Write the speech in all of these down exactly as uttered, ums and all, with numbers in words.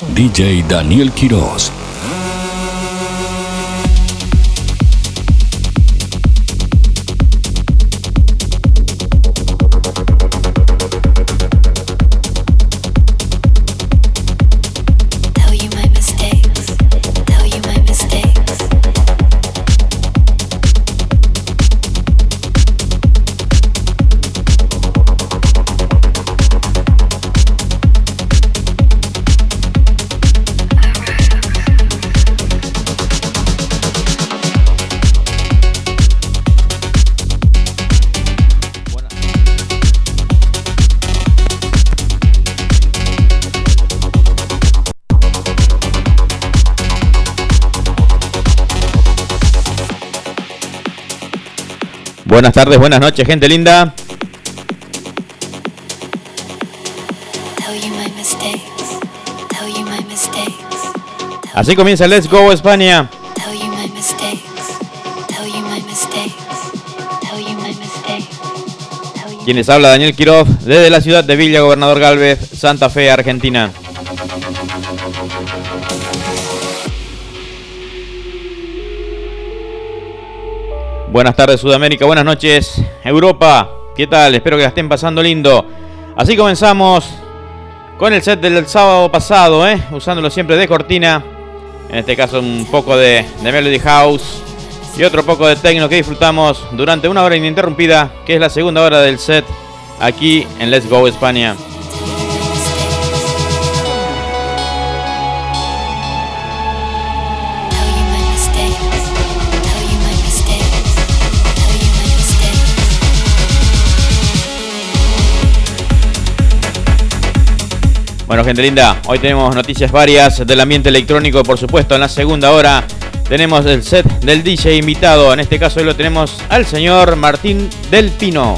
D J Daniel Quiroz. Buenas tardes, buenas noches, gente linda. Así comienza Let's Go España. Quienes habla Daniel Quiroz desde la ciudad de Villa Gobernador Gálvez, Santa Fe, Argentina. Buenas tardes Sudamérica, buenas noches Europa, ¿qué tal? Espero que la estén pasando lindo. Así comenzamos con el set del sábado pasado, ¿eh? usándolo siempre de cortina. En este caso un poco de, de Melody House y otro poco de techno que disfrutamos durante una hora ininterrumpida, que es la segunda hora del set aquí en Let's Go España. Bueno, gente linda, hoy tenemos noticias varias del ambiente electrónico, por supuesto. En la segunda hora tenemos el set del D J invitado. En este caso hoy lo tenemos al señor Martín del Pino.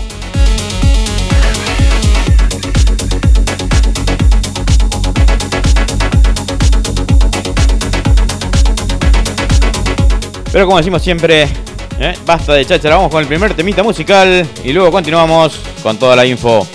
Pero como decimos siempre, ¿eh? basta de cháchara, vamos con el primer temita musical y luego continuamos con toda la info.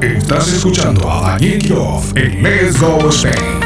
Estás escuchando a Daniel Quiroz en Let's Go Spain.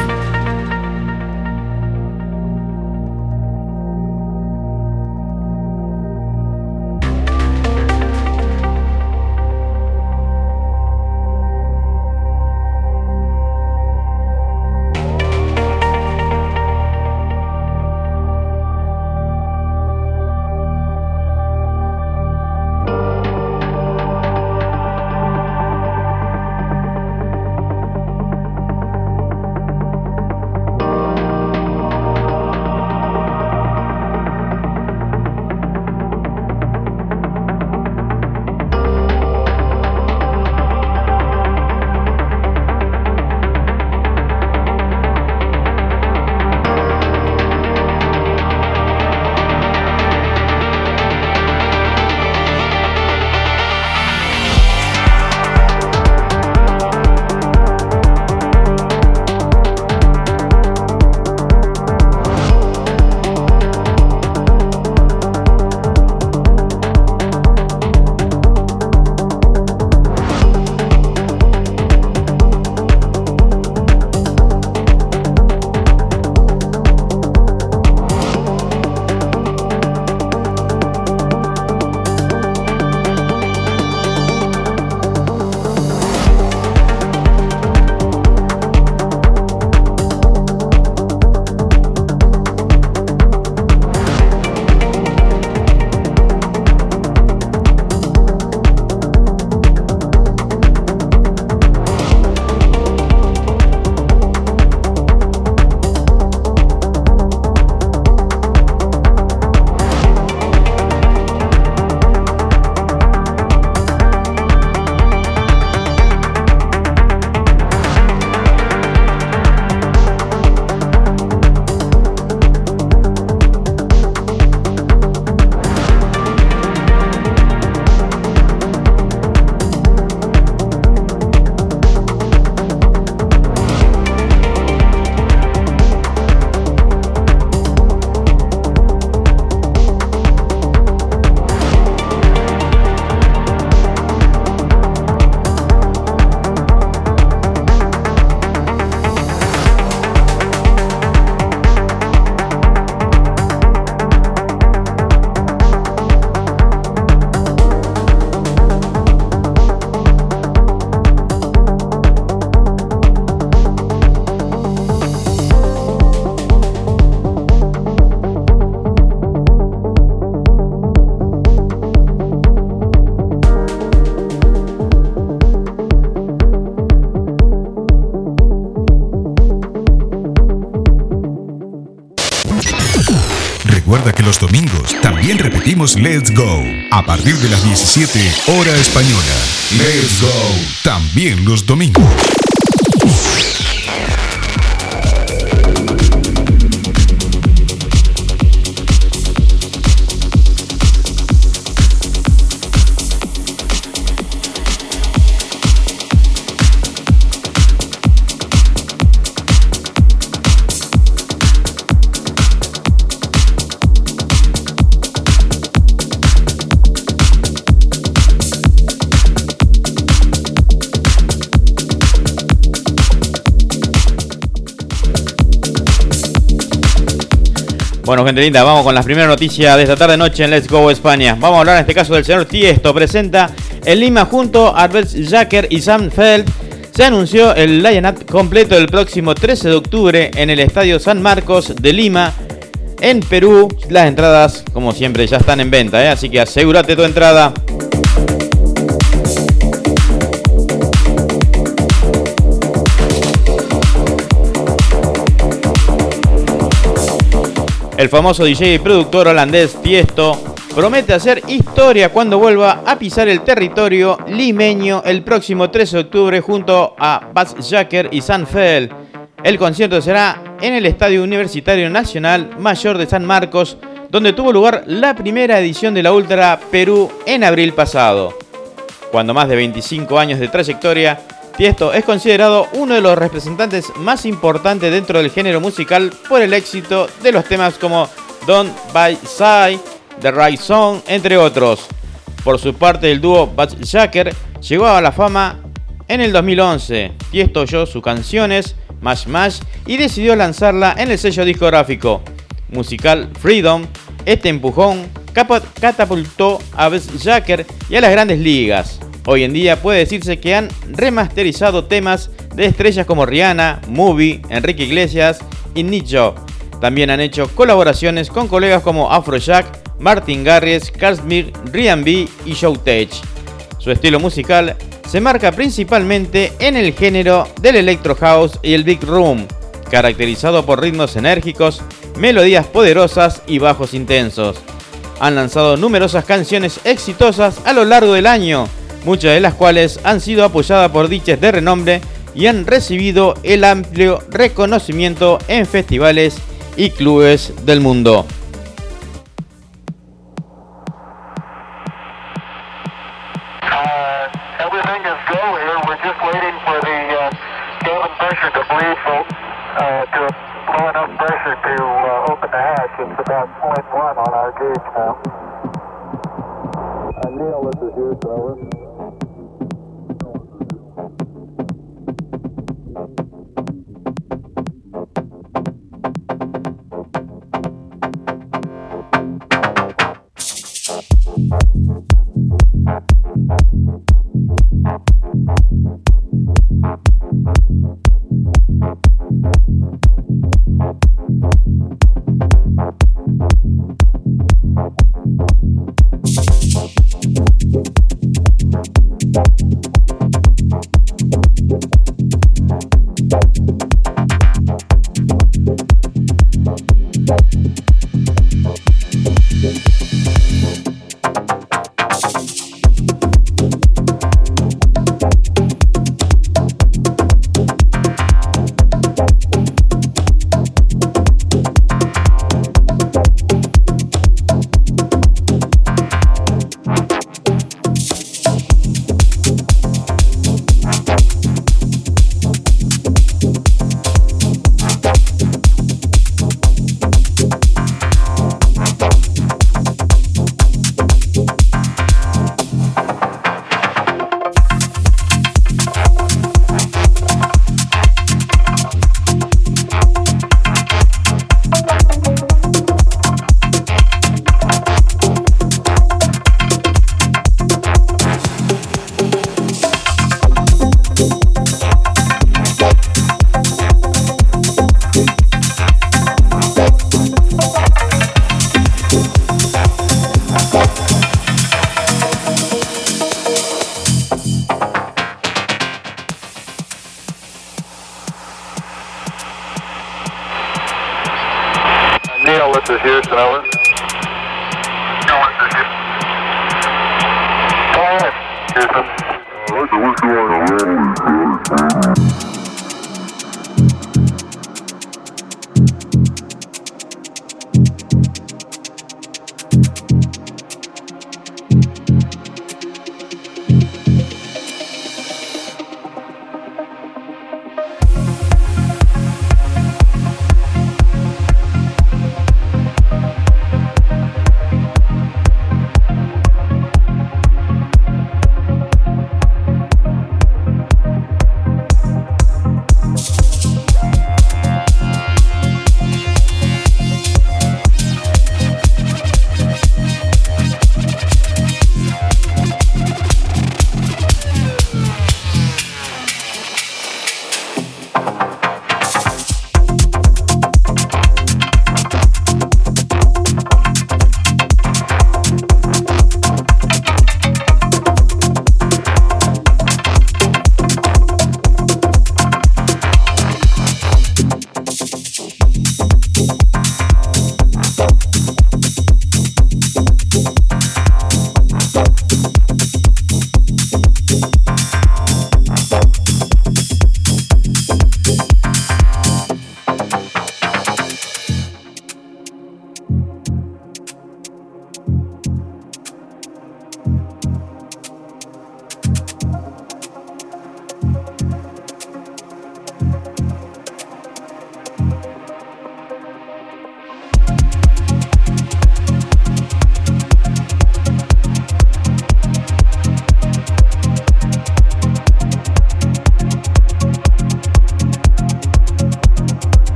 Recuerda que los domingos también repetimos Let's Go a partir de las diecisiete hora española. Let's Go también los domingos. Bueno, gente linda, vamos con las primeras noticias de esta tarde noche en Let's Go España. Vamos a hablar en este caso del señor Tiesto. Presenta en Lima junto a Albert Jacker y Sam Feld. Se anunció el line-up completo el próximo trece de octubre en el Estadio San Marcos de Lima, en Perú. Las entradas, como siempre, ya están en venta, ¿eh? Así que asegúrate tu entrada. El famoso D J y productor holandés Tiesto promete hacer historia cuando vuelva a pisar el territorio limeño el próximo trece de octubre junto a Bas Jacker y Sam Feld. El concierto será en el Estadio Universitario Nacional Mayor de San Marcos, donde tuvo lugar la primera edición de la Ultra Perú en abril pasado. Cuando más de veinticinco años de trayectoria, Tiesto es considerado uno de los representantes más importantes dentro del género musical por el éxito de los temas como Don't Buy Side, The Right Song, entre otros. Por su parte, el dúo Bas Jacker llegó a la fama En el dos mil once, Tiesto oyó sus canciones Mash Mash y decidió lanzarla en el sello discográfico musical Freedom. Este empujón catapultó a Jacker y a las grandes ligas. Hoy en día puede decirse que han remasterizado temas de estrellas como Rihanna, Movie, Enrique Iglesias y Nicho. También han hecho colaboraciones con colegas como Afrojack, Martin Garrix, Kashmir, Ryan B y Showtech. Su estilo musical se marca principalmente en el género del Electro House y el Big Room, caracterizado por ritmos enérgicos, melodías poderosas y bajos intensos. Han lanzado numerosas canciones exitosas a lo largo del año, muchas de las cuales han sido apoyadas por D Js de renombre y han recibido el amplio reconocimiento en festivales y clubes del mundo. This is Houston, over. Neil, this is Houston. Go ahead, Houston. Roger, what's going on?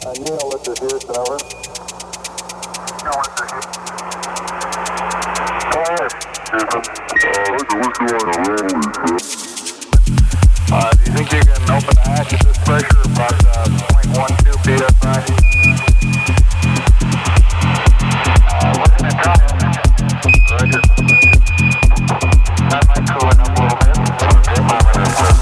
Uh, do you think you can open the hatch at this pressure about uh, zero point one two P S I? Uh, looking at time. Roger. That might cool it up a little bit. Okay, my minute, sir.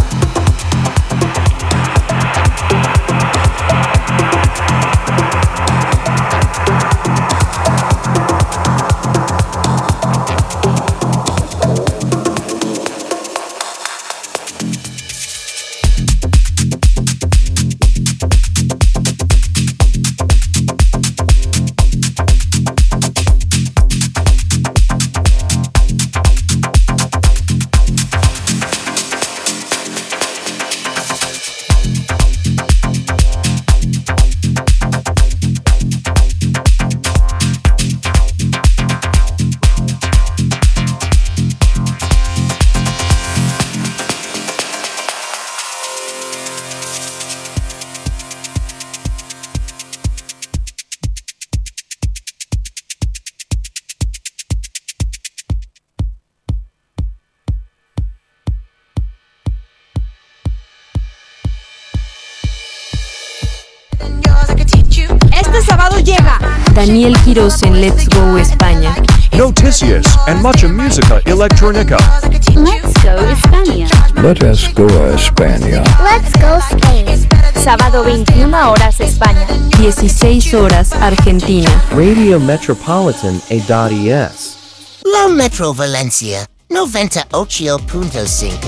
Este sábado llega Daniel Quirós en Let's Go España. Noticias and mucha música electrónica. Let's go España. Let us go a España. Let's go Spain. Sábado veintiuna horas España, dieciséis horas Argentina. Radio Metropolitan A.es. La Metro Valencia, noventa y ocho punto cinco.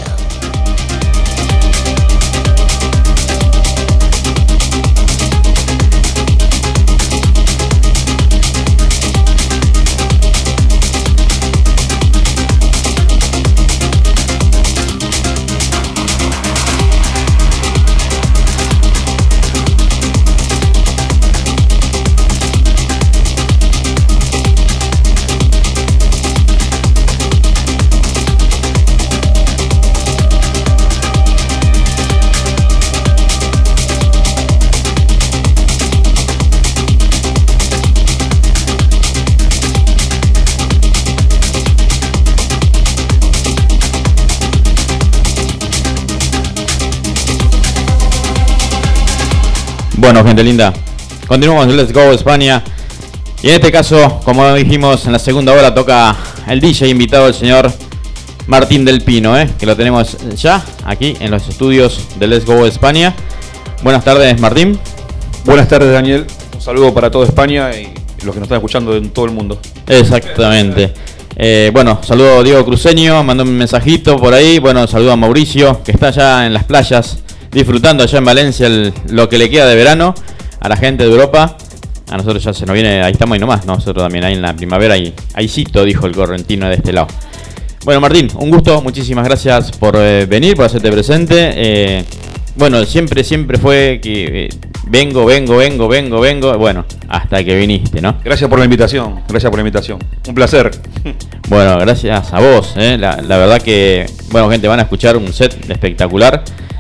Bueno, gente linda, continuamos en Let's Go España. Y en este caso, como dijimos, en la segunda hora toca el D J invitado, el señor Martín del Pino, ¿eh? que lo tenemos ya aquí en los estudios de Let's Go España. Buenas tardes, Martín. Buenas tardes, Daniel. Un saludo para toda España y los que nos están escuchando en todo el mundo. Exactamente. Eh, bueno, saludo a Diego Cruceño, mandó un mensajito por ahí. Bueno, saludo a Mauricio, que está allá en las playas, disfrutando allá en Valencia el, lo que le queda de verano. A la gente de Europa, a nosotros ya se nos viene, ahí estamos ahí nomás, nosotros también ahí en la primavera, y ahí cito, dijo el correntino de este lado. Bueno, Martín, un gusto, muchísimas gracias por eh, venir, por hacerte presente. Eh, bueno, siempre, siempre fue que eh, vengo, vengo, vengo, vengo, vengo, bueno, hasta que viniste, ¿no? Gracias por la invitación, gracias por la invitación, un placer. Bueno, gracias a vos, eh, la, la verdad que, bueno, gente, van a escuchar un set espectacular.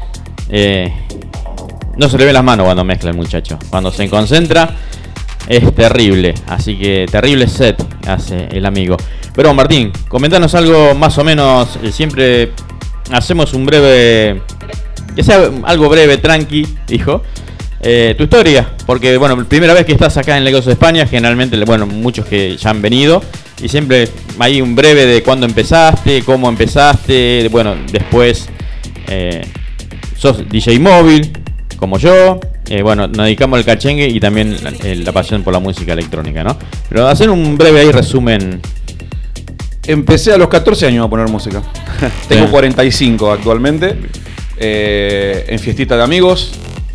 Eh, no se le ven las manos cuando mezcla el muchacho. Cuando se concentra es terrible. Así que terrible set hace el amigo. Pero Martín, comentanos algo más o menos. eh, Siempre hacemos un breve, que sea algo breve, tranqui, hijo. eh, Tu historia, porque bueno, primera vez que estás acá en Legos de España. Generalmente, bueno, muchos que ya han venido, y siempre hay un breve de cuándo empezaste, cómo empezaste. Bueno, después eh, sos D J móvil, como yo. Eh, bueno, nos dedicamos al cachengue y también la, la pasión por la música electrónica, ¿no? Pero hacer un breve ahí resumen. Empecé a los catorce años a poner música. Tengo Sí. cuarenta y cinco actualmente. Eh, en fiestita de amigos.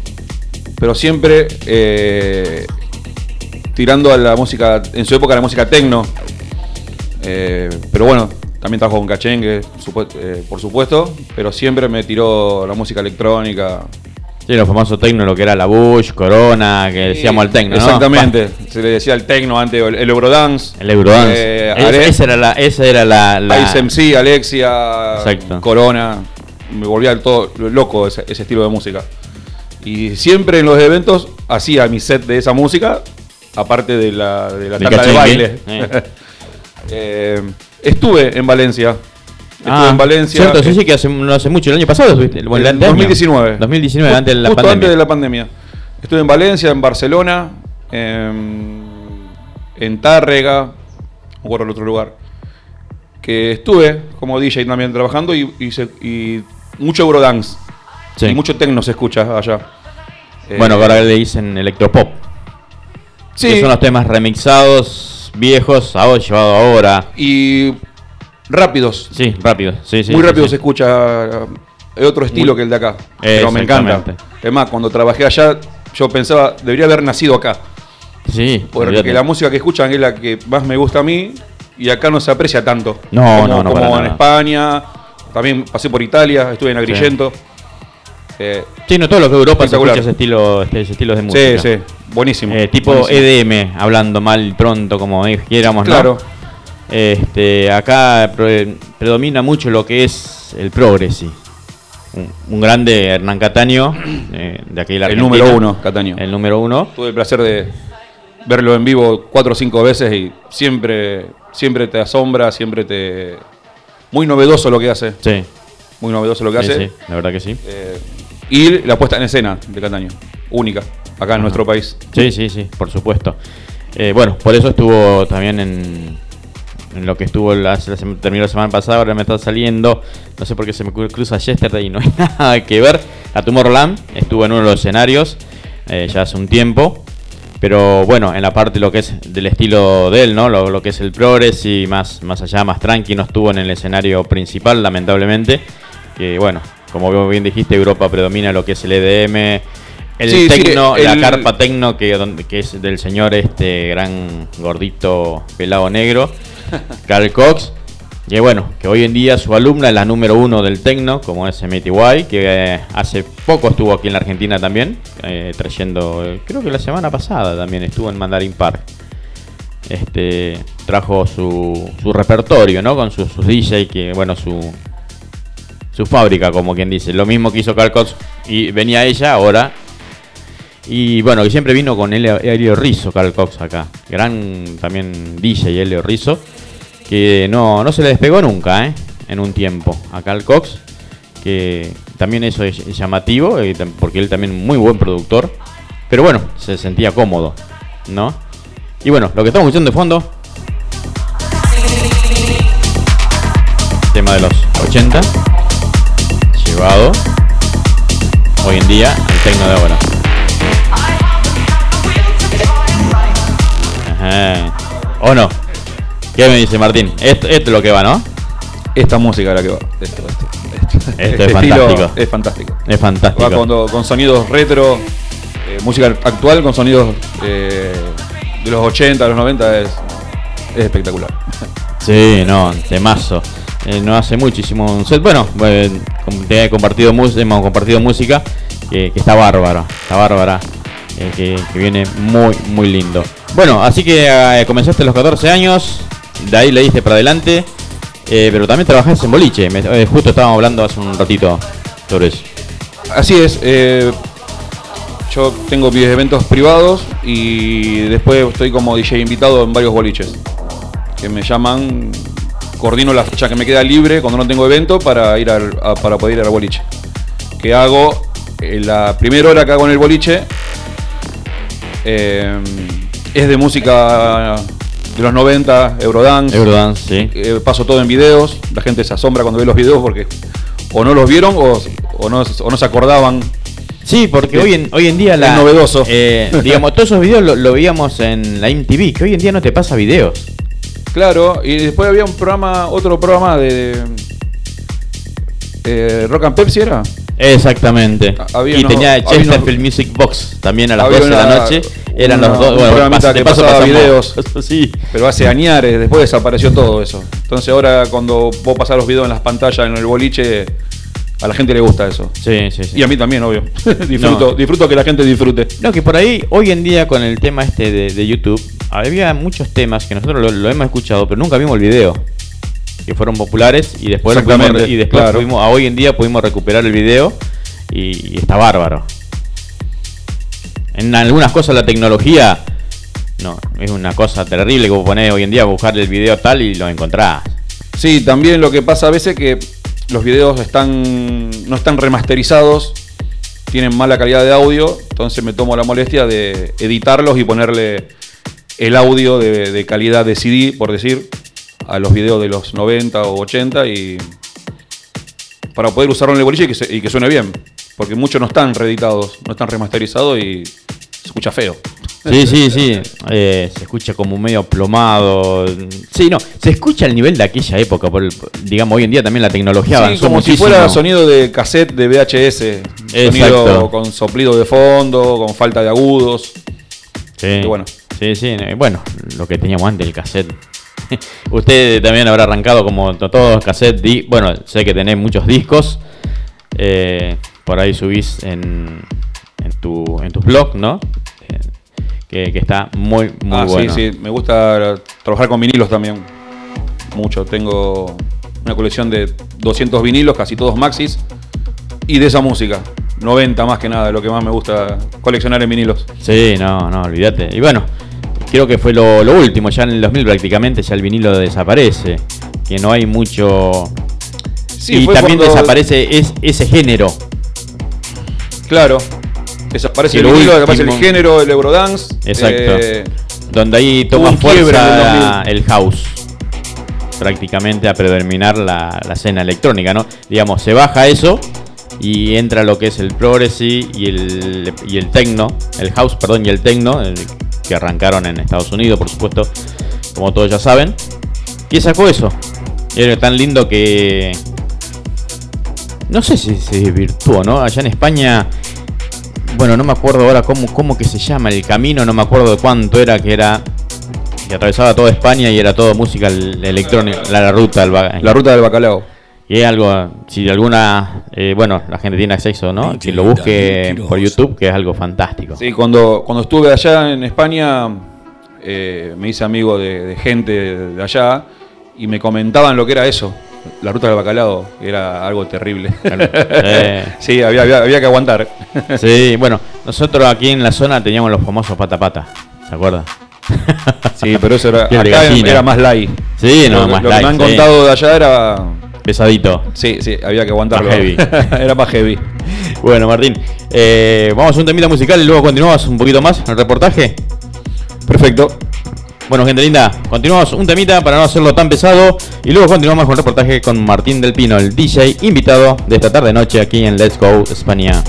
Pero siempre eh, tirando a la música, en su época la música techno. Eh, pero bueno, también trabajo con cachengue, supu- eh, por supuesto. Pero siempre me tiró la música electrónica. Sí, los famosos techno, lo que era la Bush, Corona, que decíamos el techno, ¿no? Exactamente, se le decía el techno antes, el, el Eurodance. El Eurodance. Eh, Es- Ale- esa era la, esa era la, la... Ice M C, Alexia, Exacto. Corona. Me volvía todo loco ese, ese estilo de música. Y siempre en los eventos hacía mi set de esa música, aparte de la, de la ¿De tanda de baile. Eh. eh, estuve en Valencia. Estuve Ah, en Valencia. cierto, sí, sí, que hace, no hace mucho, el año pasado estuviste. Bueno, el En anteaño. dos mil diecinueve. dos mil diecinueve, antes de la Justo pandemia. antes de la pandemia. Estuve en Valencia, en Barcelona, en, en Tárrega, no me acuerdo el otro lugar. Que estuve como D J también trabajando y, y, se, y mucho Eurodance. Sí. Y mucho techno se escucha allá. Bueno, Eh, ahora le dicen electropop. Sí. Que son los temas remixados, viejos, ahora llevado ahora. Y rápidos. Sí, rápido. Sí, sí, Muy sí, rápido sí. se escucha. Es otro estilo Muy- que el de acá. Pero me encanta. Exactamente. Es más, cuando trabajé allá, yo pensaba, debería haber nacido acá. Sí, Porque olvídate. la música que escuchan es la que más me gusta a mí. Y acá no se aprecia tanto. No, como, no, no, Como para en nada. España. También pasé por Italia, estuve en Agrigento. Eh, Sí, no, todo lo que Europa se espectacular. escucha ese estilo, este, ese estilo de música. sí, sí, buenísimo. Eh, tipo buenísimo. E D M, hablando mal y pronto, como dijéramos, ¿no? Claro. Este, acá pre- predomina mucho lo que es el progresi. Un, un grande Hernán Cataño, eh, de aquí de la El Argentina. número uno, Cataño. El número uno. Tuve el placer de verlo en vivo cuatro o cinco veces y siempre, siempre te asombra, siempre te... Muy novedoso lo que hace. Sí. Muy novedoso lo que Sí, hace. sí, la verdad que sí. Eh, y la puesta en escena de Cataño. Única, acá en nuestro país. Sí, sí, sí, por supuesto. Eh, bueno, por eso estuvo también en, en lo que estuvo, la, la, terminó la semana pasada, ahora me está saliendo, no sé por qué se me cruza Yesterday y no hay nada que ver. La Tomorrowland estuvo en uno de los escenarios eh, ya hace un tiempo, pero bueno, en la parte lo que es del estilo de él, ¿no? Lo, lo que es el progress y más, más allá, más tranqui, no estuvo en el escenario principal, lamentablemente. Que bueno, como bien dijiste, Europa predomina lo que es el E D M, el Sí, sí, tecno, el- la carpa tecno que, donde, que es del señor este gran gordito pelado negro, Carl Cox. Y bueno, que hoy en día su alumna es la número uno del tecno, como es M T Y, que eh, hace poco estuvo aquí en la Argentina también, eh, trayendo, eh, creo que la semana pasada también estuvo en Mandarin Park. Este, trajo su, su repertorio, ¿no? Con sus, sus D J, que bueno, su, su fábrica, como quien dice. Lo mismo que hizo Carl Cox y venía ella ahora. Y bueno, que siempre vino con Helio, Helio Rizzo, Carl Cox acá. Gran también D J Helio Rizzo. Que no, no se le despegó nunca, ¿eh? En un tiempo. A Carl Cox. Que también eso es llamativo. eh, Porque él también muy buen productor. Pero bueno, se sentía cómodo, ¿no? Y bueno, lo que estamos escuchando de fondo. Tema de los ochenta. Llevado hoy en día al tecno de ahora. Ajá. ¿O no? ¿Qué me dice Martín? Esto, esto es lo que va, ¿no? Esta música es la que va. Esto, esto, esto. Esto Este es estilo fantástico. Es fantástico. Es fantástico. Va con, con sonidos retro, eh, música actual con sonidos eh, de los ochenta, de los noventa, es, es espectacular. Sí, no, temazo. Eh, no hace muchísimo un set. Bueno, eh, com- te he compartido mus- hemos compartido música que, que está bárbara, está bárbara, eh, que, que viene muy, muy lindo. Bueno, así que eh, comenzaste a los catorce años, de ahí le diste para adelante, eh, pero también trabajaste en boliche. Me- eh, justo estábamos hablando hace un ratito sobre eso. Así es, eh, yo tengo mis eventos privados y después estoy como D J invitado en varios boliches que me llaman, coordino la fecha que me queda libre cuando no tengo evento para ir al, a- para poder ir al boliche. Que hago eh, la primera hora que hago en el boliche eh, es de música de los noventa, Eurodance. Eurodance, sí. Eh, paso todo en videos, la gente se asombra cuando ve los videos porque o no los vieron o, o, no, o no se acordaban. Sí, porque Es- hoy en, hoy en día la, es novedoso. eh, digamos, todos esos videos lo, lo veíamos en la M T V, que hoy en día no te pasa videos. Claro, y después había un programa, otro programa de eh, Rock and Pepsi, ¿era? Exactamente. Había y unos- tenía había Chesterfield unos- Music Box también a las Había doce de la una- noche. Eran una- los dos. un Bueno, programita pas- que de paso pasaba pasamos- videos. Sí. Pero hace añares, después desapareció todo eso. Entonces ahora cuando vos pasás los videos en las pantallas en el boliche, a la gente le gusta eso. Sí, sí, sí. Y a mí también, obvio. disfruto, No. disfruto que la gente disfrute. No, que por ahí, hoy en día con el tema este de, de YouTube, había muchos temas que nosotros lo, lo hemos escuchado, pero nunca vimos el video. Que fueron populares y después, lo pudimos, Exactamente, y después claro. pudimos- a hoy en día pudimos recuperar el video y, y está bárbaro. En algunas cosas la tecnología no es una cosa terrible que vos ponés hoy en día a buscar el video tal y lo encontrás. Sí, también lo que pasa a veces que los videos están no están remasterizados, tienen mala calidad de audio, entonces me tomo la molestia de editarlos y ponerle el audio de, de calidad de C D, por decir, a los videos de los noventa o ochenta y para poder usarlo en el boliche y que, se, y que suene bien, porque muchos no están reeditados, no están remasterizados y se escucha feo. Sí, sí, sí, eh, se escucha como medio plomado. Sí, no, se escucha el nivel de aquella época, por el, digamos, hoy en día también la tecnología sí, avanzó como muchísimo. Si fuera sonido de cassette de V H S, Exacto. Sonido con soplido de fondo, con falta de agudos. Sí, y bueno. sí, sí, bueno, lo que teníamos antes, el cassette. Usted también habrá arrancado como todos cassette, di- bueno, sé que tenés muchos discos, eh, por ahí subís en, en tu en tus blogs, ¿no? Eh, que, que está muy, muy ah, bueno. Sí, sí, me gusta trabajar con vinilos también, mucho. Tengo una colección de doscientos vinilos, casi todos maxis, y de esa música, noventa más que nada, lo que más me gusta coleccionar en vinilos. Sí, no, no, olvídate. Y bueno, creo que fue lo, lo último, ya en el dos mil prácticamente ya el vinilo desaparece, que no hay mucho... Sí, y fue también cuando... desaparece es, ese género. Claro, desaparece Y el lo vinilo, último- desaparece el género, el Eurodance. Exacto. eh, Donde ahí hubo toma un quiebre en el fuerza dos mil. el house, prácticamente a predominar la, la escena electrónica, ¿no? Digamos, se baja eso y entra lo que es el progressive y el, y el techno, el house, perdón, y el techno, el, que arrancaron en Estados Unidos, por supuesto, como todos ya saben. Y sacó eso. Era tan lindo que... No sé si se desvirtuó, ¿no? Allá en España... Bueno, no me acuerdo ahora cómo, cómo que se llama el camino, no me acuerdo de cuánto era, que era... Que atravesaba toda España y era todo música electrónica, la, la ruta del ba- La ruta del bacalao. Y es algo, si alguna... Eh, bueno, la gente tiene acceso, ¿no? Que lo busque por YouTube, que es algo fantástico. Sí, cuando, cuando estuve allá en España, eh, me hice amigo de, de gente de allá y me comentaban lo que era eso, la ruta del bacalao, que era algo terrible. Eh. Sí, había, había, había que aguantar. Sí, bueno, nosotros aquí en la zona teníamos los famosos pata pata, ¿se acuerda? Sí, pero eso era, Piel de acá gallina. era más light. Sí, no, lo, más lo light, que me han sí. contado de allá era... Pesadito. Sí, sí, había que aguantarlo. Más heavy. Era más heavy. Bueno, Martín, eh, vamos a un temita musical y luego continuamos un poquito más en el reportaje. Perfecto. Bueno, gente linda, continuamos un temita para no hacerlo tan pesado y luego continuamos con el reportaje con Martín del Pino, el D J invitado de esta tarde noche aquí en Let's Go España.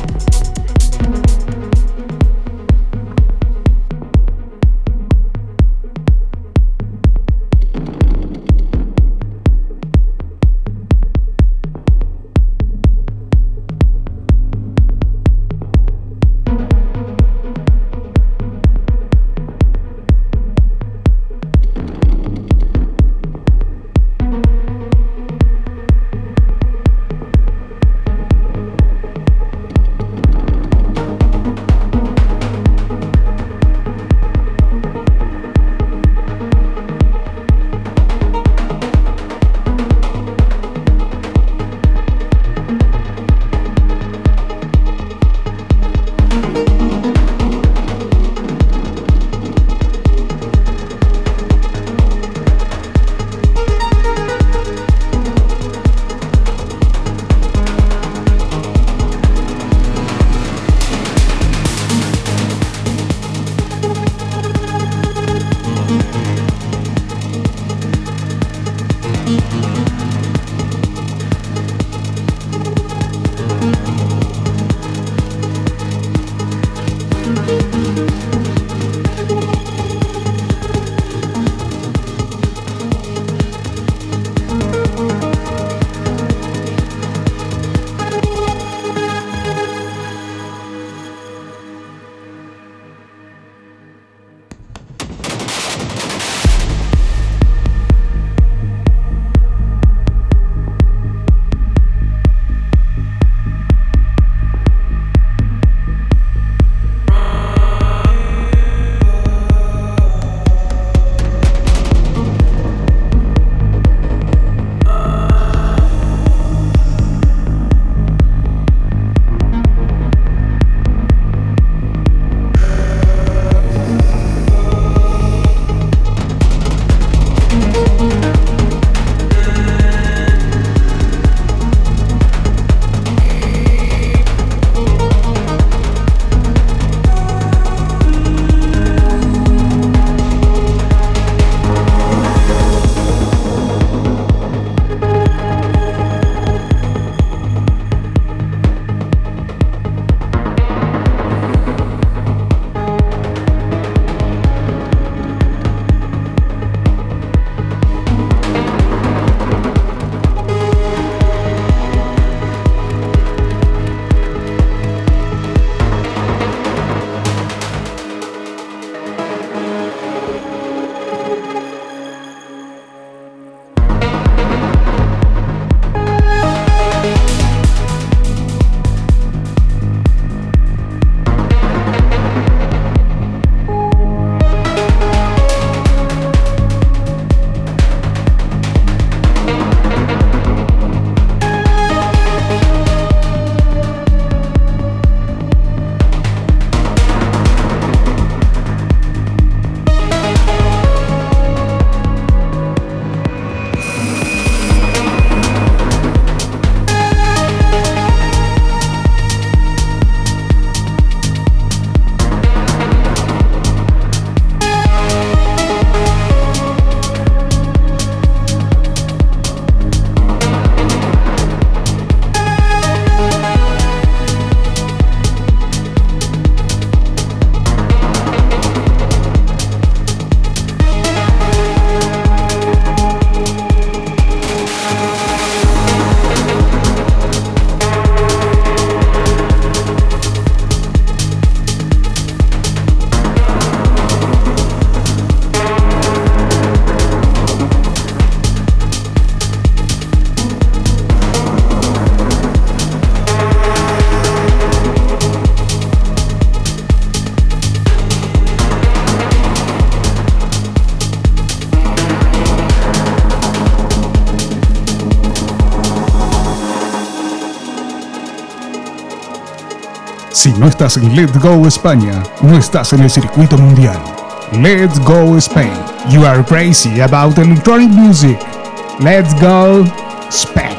Si no estás en Let's Go España, no estás en el circuito mundial. Let's Go Spain. You are crazy about electronic music. Let's Go Spain.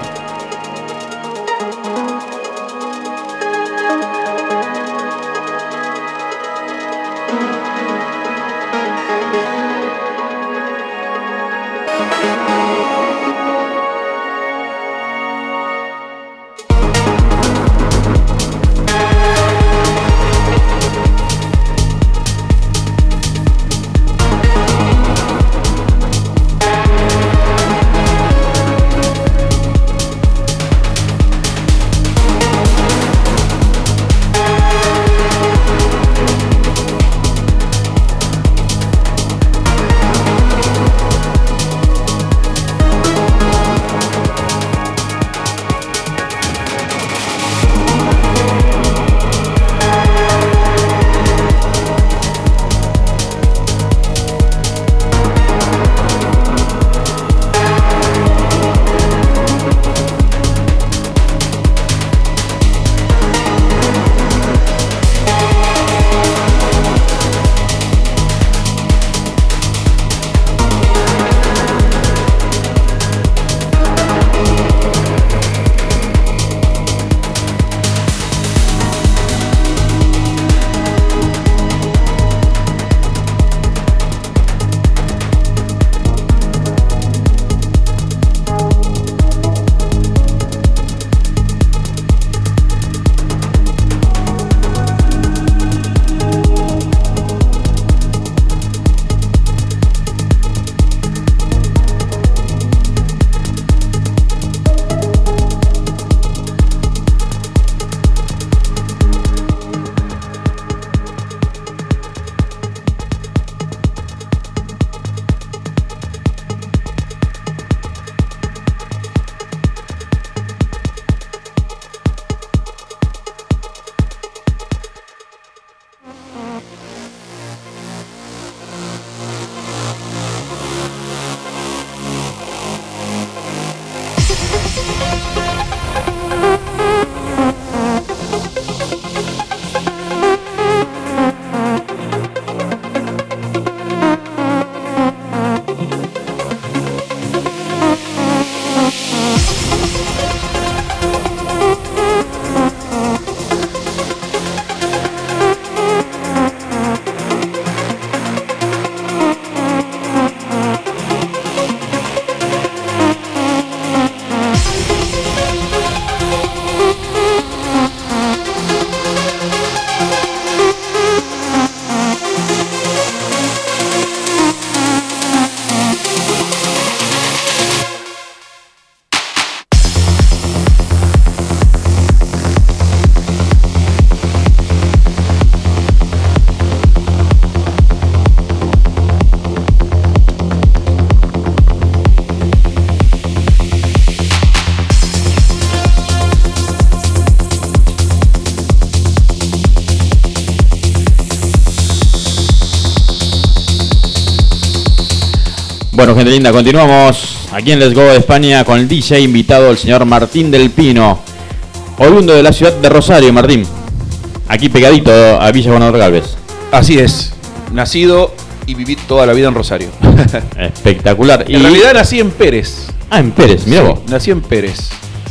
Bueno, gente linda, continuamos aquí en Let's Go de España con el D J invitado, el señor Martín del Pino, oriundo de la ciudad de Rosario. Martín, aquí pegadito a Villa Gobernador Galvez. Así es, nacido y viví toda la vida en Rosario. Espectacular. En y... realidad nací en Pérez. Ah, en Pérez, mirá sí, vos. Nací en Pérez.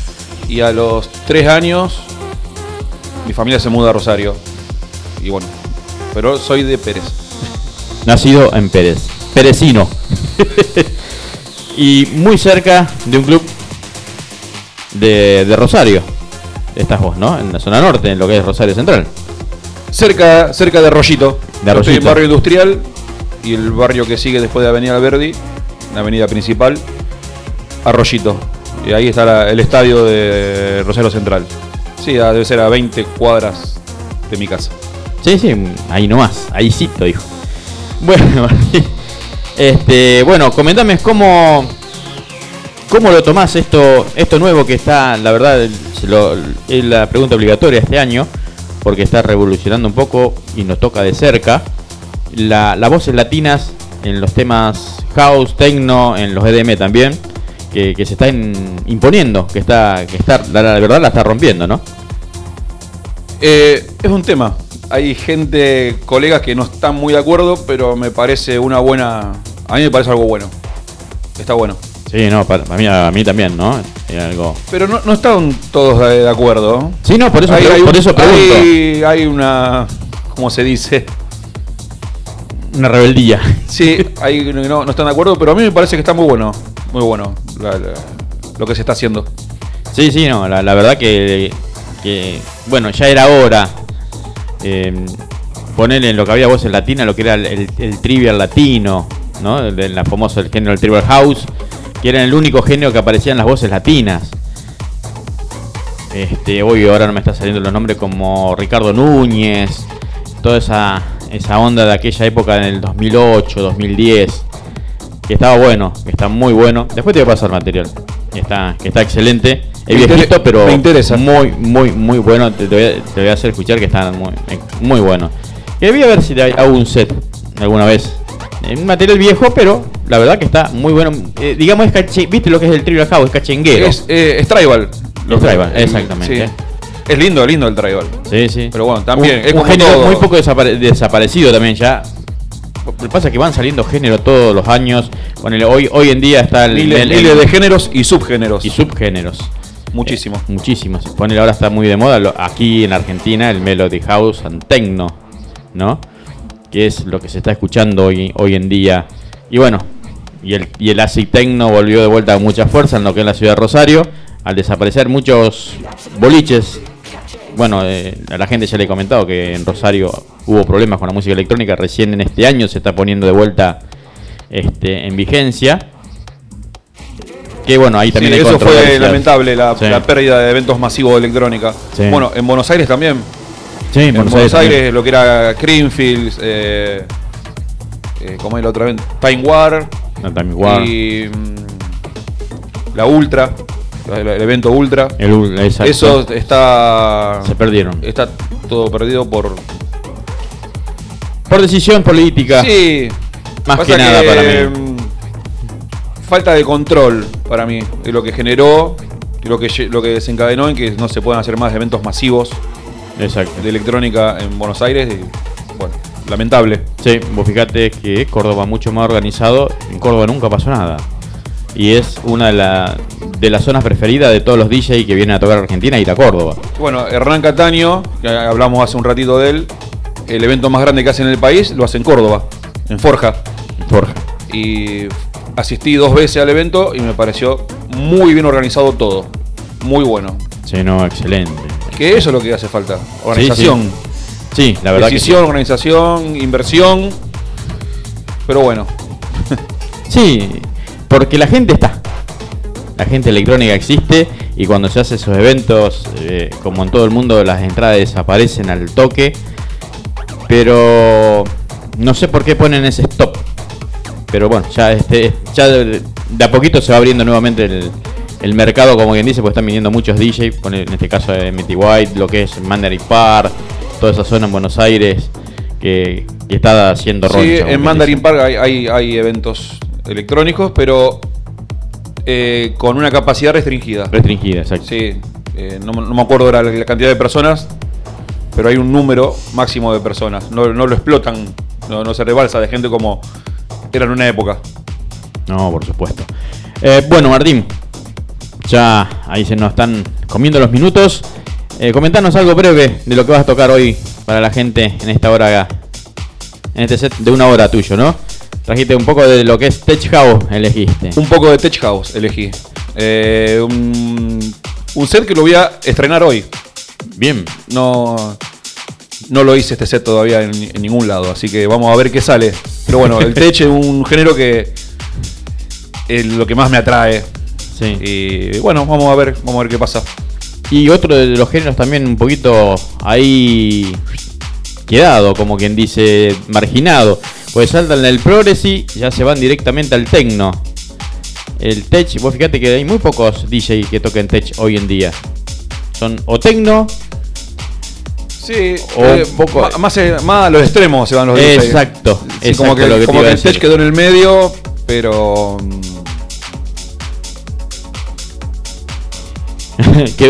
Y a los tres años mi familia se muda a Rosario. Y bueno, pero soy de Pérez. Nacido en Pérez, perecino. Y muy cerca de un club de, de Rosario. Estás vos, ¿no? En la zona norte, en lo que es Rosario Central. Cerca, cerca de Arroyito. De Arroyito. Estoy en barrio industrial y el barrio que sigue después de Avenida Alberdi, la avenida principal, Arroyito. Y ahí está la, el estadio de Rosario Central. Sí, debe ser a veinte cuadras de mi casa. Sí, sí, ahí nomás, ahí sí, te dijo. Bueno, este, bueno, comentame cómo, cómo lo tomás esto, esto nuevo que está, la verdad, se lo, es la pregunta obligatoria este año, porque está revolucionando un poco y nos toca de cerca la, las voces latinas en los temas house, techno, en los E D M también, que, que se están imponiendo, que está, que está, la, la verdad la está rompiendo, ¿no? Eh, es un tema. Hay gente, colegas que no están muy de acuerdo, pero me parece una buena... A mí me parece algo bueno. Está bueno. Sí, no, para, para mí, a mí también, ¿no? Era algo... Pero no, no están todos de, de acuerdo. Sí, no, por eso, hay, pre- hay, por eso pregunto. Hay, hay una... ¿Cómo se dice? Una rebeldía. Sí, hay, no, no están de acuerdo, pero a mí me parece que está muy bueno. Muy bueno la, la, lo que se está haciendo. Sí, sí, no, la, la verdad que, que... Bueno, ya era hora... Eh, ponerle en lo que había voces latinas, lo que era el, el, el trivial latino, ¿no? El, el, la famoso el género del tribal house, que era el único género que aparecían las voces latinas. Este, hoy ahora no me está saliendo los nombres, como Ricardo Núñez, toda esa, esa onda de aquella época en el dos mil ocho, dos mil diez, que estaba bueno, que está muy bueno. Después te voy a pasar material, que está, que está excelente. Es viejito, pero me interesa. muy, muy, muy bueno. Te, te, voy a, te voy a hacer escuchar que está muy, muy bueno. Y voy a ver si hago un set alguna vez. Un material viejo, pero la verdad que está muy bueno. Eh, digamos, es caché, ¿viste lo que es el tribal house? Es cachenguero. Es, eh, es tribal. Es tribal, exactamente. Sí. Es lindo, lindo el tribal. Sí, sí. Pero bueno, también un, es un como género todo. muy poco desapare- desaparecido también ya. Lo que pasa es que van saliendo géneros todos los años. Con el, hoy, hoy en día está el... Miles, el, miles el, de géneros y subgéneros. Y subgéneros. Muchísimo. Eh, muchísimos. Ponele, ahora está muy de moda lo, aquí en Argentina el Melody House and Techno, ¿no? Que es lo que se está escuchando hoy, hoy en día. Y bueno, y el, y el acid techno volvió de vuelta con mucha fuerza en lo que es la ciudad de Rosario, al desaparecer muchos boliches. Bueno, eh, a la gente ya le he comentado que en Rosario hubo problemas con la música electrónica. Recién en este año se está poniendo de vuelta este, en vigencia. Que bueno, ahí también sí, hay eso fue controversias. lamentable, la, Sí. la pérdida de eventos masivos de electrónica. Sí. Bueno, en Buenos Aires también. Sí, en En Buenos, Buenos Aires, Aires, lo que era Creamfields, eh, eh, ¿cómo es la otra vez? Time War. No, Time War. Y mm, la Ultra, el, el evento Ultra. El, exacto. Eso está... Se perdieron. Está todo perdido por... Por decisión política. Sí. Más Pasa que nada para mí. mm, Falta de control para mí de lo que generó, de lo que, lo que desencadenó en que no se puedan hacer más eventos masivos. Exacto. De electrónica en Buenos Aires. Y, bueno, lamentable. Sí, vos fíjate que Córdoba mucho más organizado. En Córdoba nunca pasó nada. Y es una de, la, de las zonas preferidas de todos los D J que vienen a tocar a Argentina, ir a Córdoba. Bueno, Hernán Cataño, que hablamos hace un ratito de él, el evento más grande que hace en el país lo hace en Córdoba, en Forja. Forja. Y asistí dos veces al evento y me pareció muy bien organizado todo. Muy bueno. Sí, no, excelente. Que eso es lo que hace falta. Organización. Sí, sí. Sí, la verdad. Decisión, que sí. organización, inversión. Pero bueno. Sí, porque la gente está. La gente electrónica existe y cuando se hace esos eventos, eh, como en todo el mundo, las entradas desaparecen al toque. Pero no sé por qué ponen ese stop. Pero bueno, ya este ya de, de a poquito se va abriendo nuevamente el, el mercado, como quien dice, porque están viniendo muchos D J, pone, en este caso de M T White, lo que es Mandarin Park, toda esa zona en Buenos Aires que, que está haciendo roncha. Sí, en Mandarin Park hay, hay, hay eventos electrónicos, pero eh, con una capacidad restringida. Restringida, exacto. Sí, eh, no, no me acuerdo ahora la cantidad de personas, pero hay un número máximo de personas. No, no lo explotan, no, no se rebalsa de gente como era en una época. No, por supuesto. Eh, bueno, Martín, ya ahí se nos están comiendo los minutos. Eh, comentanos algo breve de lo que vas a tocar hoy para la gente en esta hora, en este set de una hora tuyo, ¿no? Trajiste un poco de lo que es Tech House, elegiste. Un poco de Tech House elegí. Eh, un, un set que lo voy a estrenar hoy. Bien. No, no lo hice este set todavía en, en ningún lado, así que vamos a ver qué sale. Pero bueno, el Tech es un género que es lo que más me atrae. Sí. Y bueno, vamos a ver, vamos a ver qué pasa. Y otro de los géneros también un poquito ahí quedado, como quien dice, marginado. Pues saltan del progressive, ya se van directamente al techno. El tech, vos fíjate que hay muy pocos D J que toquen tech hoy en día. Son o techno, sí, o eh, un poco más, más, más a los extremos se van los D Js. Exacto, sí, exacto, como que, lo que como te que iba a el tech decir. quedó en el medio, pero quedó.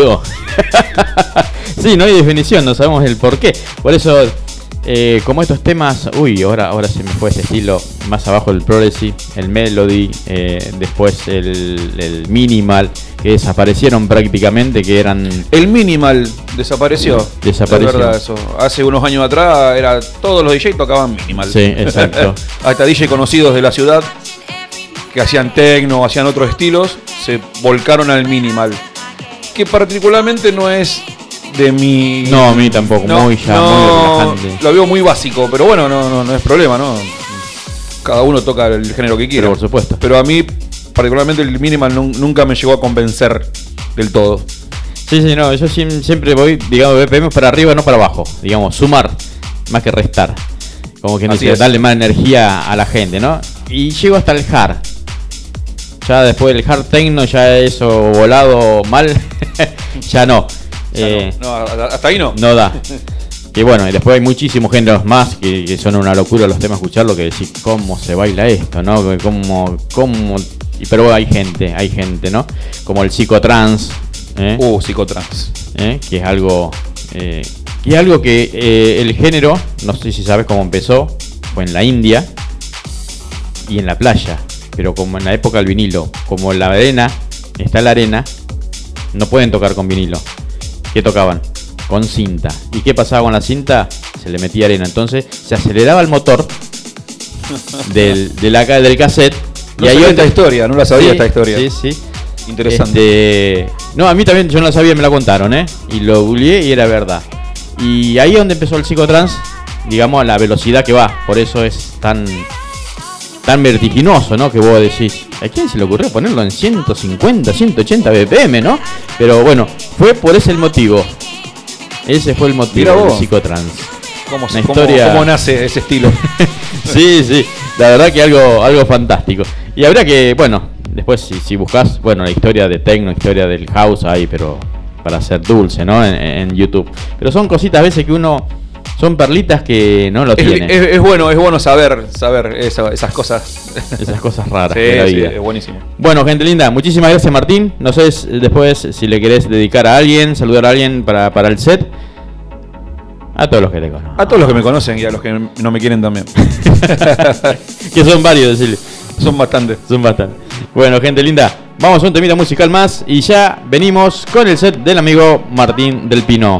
Sí, no hay definición, no sabemos el por qué. Por eso, eh, como estos temas, uy, ahora, ahora se me fue ese estilo, más abajo el progressive, el melody, eh, después el, el minimal, que desaparecieron prácticamente, que eran... El minimal desapareció. Desapareció. Es verdad eso. Hace unos años atrás era todos los D Js tocaban minimal. Sí, exacto. Hasta D J conocidos de la ciudad que hacían techno, hacían otros estilos, se volcaron al minimal. Que particularmente no es de mi... No, a mí tampoco, no, muy ya, no, muy relajante. Lo veo muy básico, pero bueno, no, no, no es problema, ¿no? Cada uno toca el género que quiera. Pero por supuesto. Pero a mí, particularmente el minimal nun- nunca me llegó a convencer del todo. Sí, sí, no, yo siempre voy, digamos, B P M para arriba, no para abajo. Digamos, sumar más que restar. Como que no Así sé, es. darle más energía a la gente, ¿no? Y llego hasta el hard. Ya después del hard techno, ya eso volado mal, ya no. Ya Eh, no, no, hasta ahí no. No da. Y bueno, y después hay muchísimos géneros más que, que son una locura los temas escucharlo, que decir cómo se baila esto, ¿no? Cómo, cómo, y, pero hay gente, hay gente, ¿no? Como el psicotrans. ¿eh? Uh, psicotrans. ¿eh? Que es algo, eh, que es algo que eh, el género, no sé si sabes cómo empezó, fue en la India y en la playa, pero como en la época del vinilo, como en la arena está la arena, no pueden tocar con vinilo. ¿Qué tocaban? Con cinta. ¿Y qué pasaba con la cinta? Se le metía arena. Entonces se aceleraba el motor del, de la, del cassette. No y ahí sabía otra esta historia, no la sabía sí, esta historia. Sí, sí. Interesante. Este, no, a mí también, yo no la sabía, me la contaron, ¿eh? Y lo googleé y era verdad. Y ahí es donde empezó el psicotrans, digamos, a la velocidad que va. Por eso es tan tan vertiginoso, ¿no? Que vos decís, ¿a quién se le ocurrió ponerlo en ciento cincuenta, ciento ochenta B P M, ¿no? Pero bueno, fue por ese el motivo. Ese fue el motivo del psicotrans. ¿Cómo, Una cómo, historia... ¿Cómo nace ese estilo? Sí, sí, la verdad que algo, algo fantástico. Y habrá que, bueno, después si, si buscas, bueno, la historia de techno, historia del house ahí, pero para ser dulce, ¿no? En, en YouTube. Pero son cositas a veces que uno, son perlitas que no lo Es, tiene. es, es bueno, es bueno saber, saber eso, esas cosas. Esas cosas raras Sí, de la sí, vida. es buenísimo. Bueno, gente linda, muchísimas gracias, Martín. No sé si- después si le querés dedicar a alguien, saludar a alguien para, para el set. A todos los que te conocen. A todos los que me conocen y a los que no me quieren también. Que son varios, decirle. Son bastantes. Son bastantes. Bueno, gente linda, vamos a un temita musical más y ya venimos con el set del amigo Martín del Pino.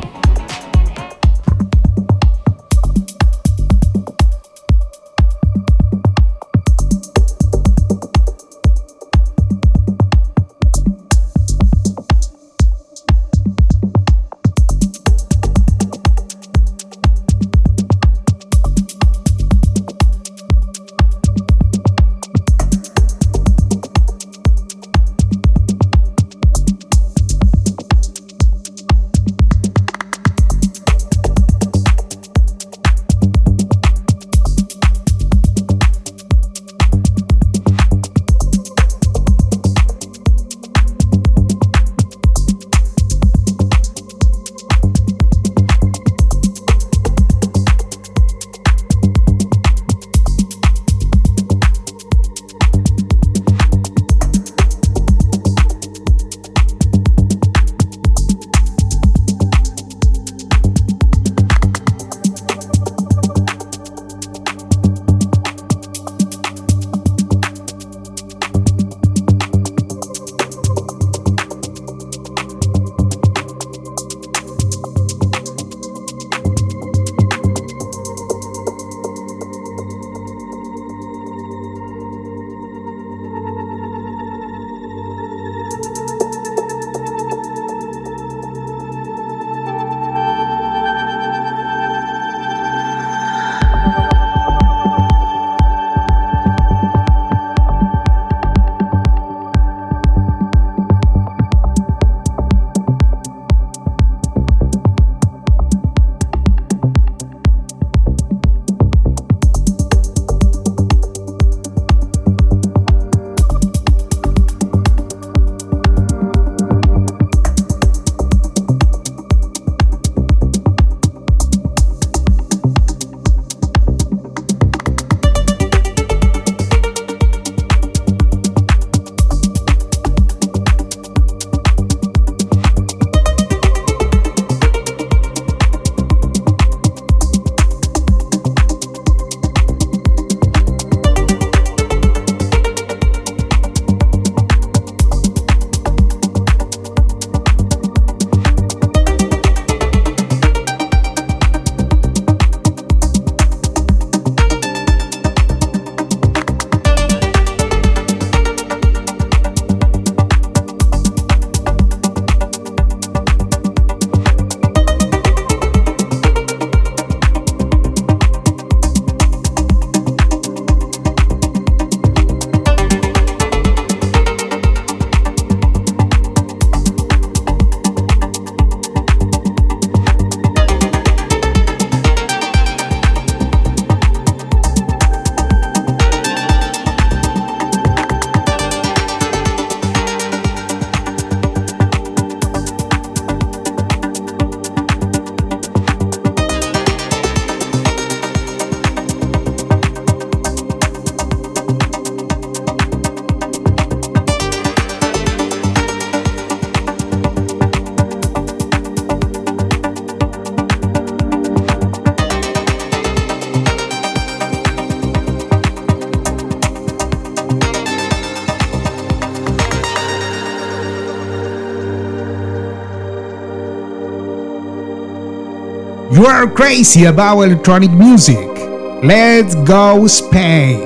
You are crazy about electronic music. Let's go Spain.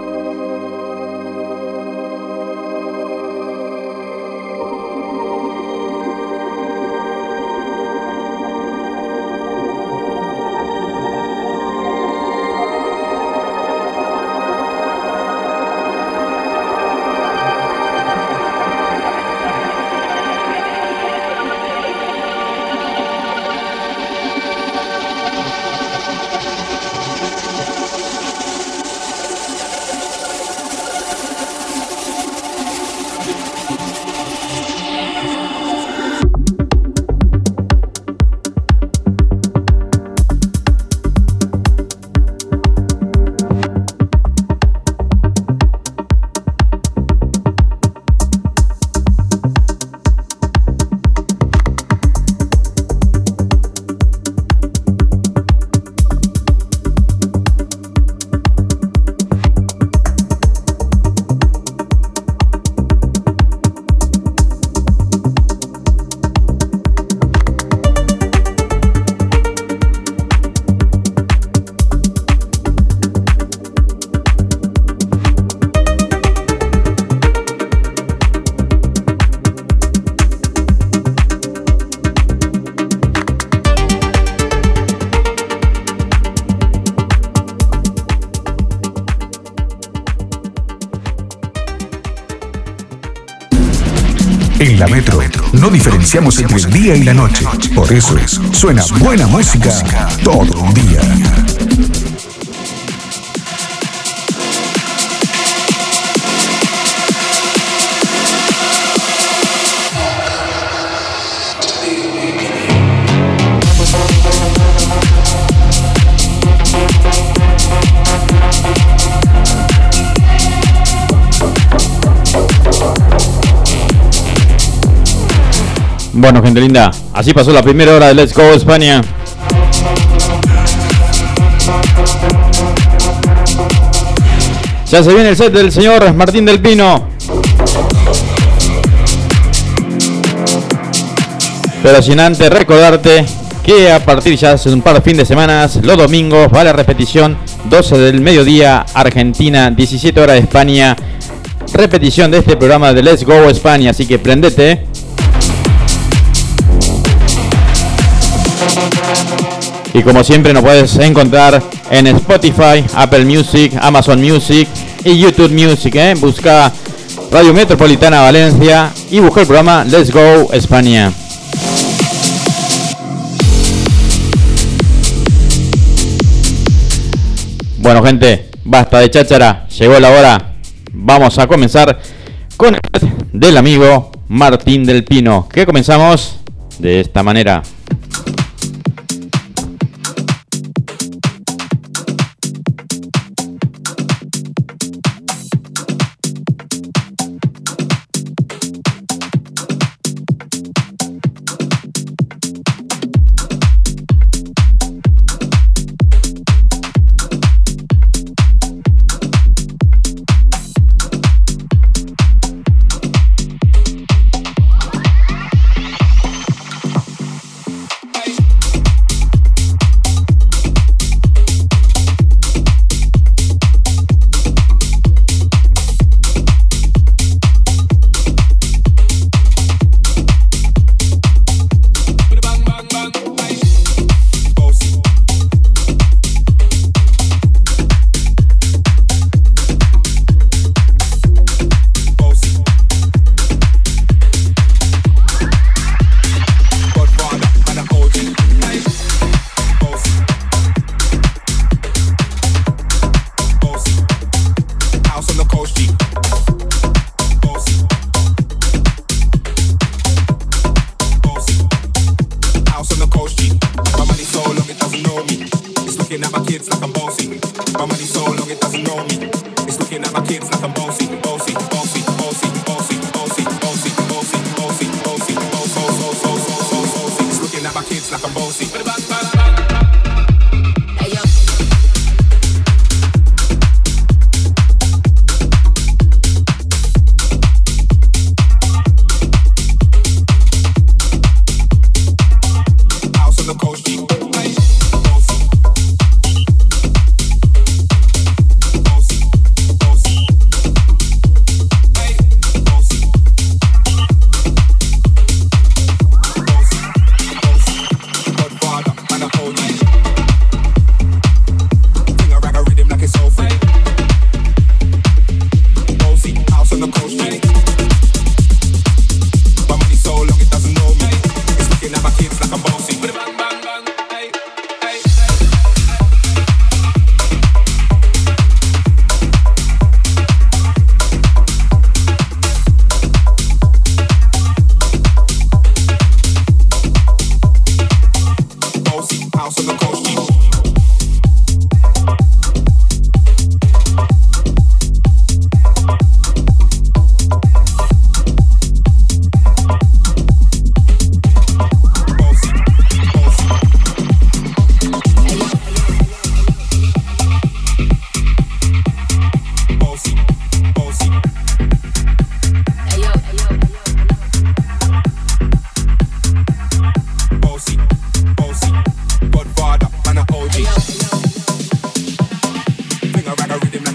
En la Metro no diferenciamos entre el día y la noche. Por eso suena buena música todo el día. Bueno, gente linda, así pasó la primera hora de Let's Go España. Ya se viene el set del señor Martín del Pino. Pero sin antes recordarte que a partir ya hace un par de fin de semanas, los domingos va la repetición, doce del mediodía, Argentina, diecisiete horas de España. Repetición de este programa de Let's Go España, así que prendete. Y como siempre nos puedes encontrar en Spotify, Apple Music, Amazon Music y YouTube Music. ¿eh? Busca Radio Metropolitana Valencia y busca el programa Let's Go España. Bueno, gente, basta de cháchara, llegó la hora. Vamos a comenzar con el del amigo Martín del Pino, que comenzamos de esta manera.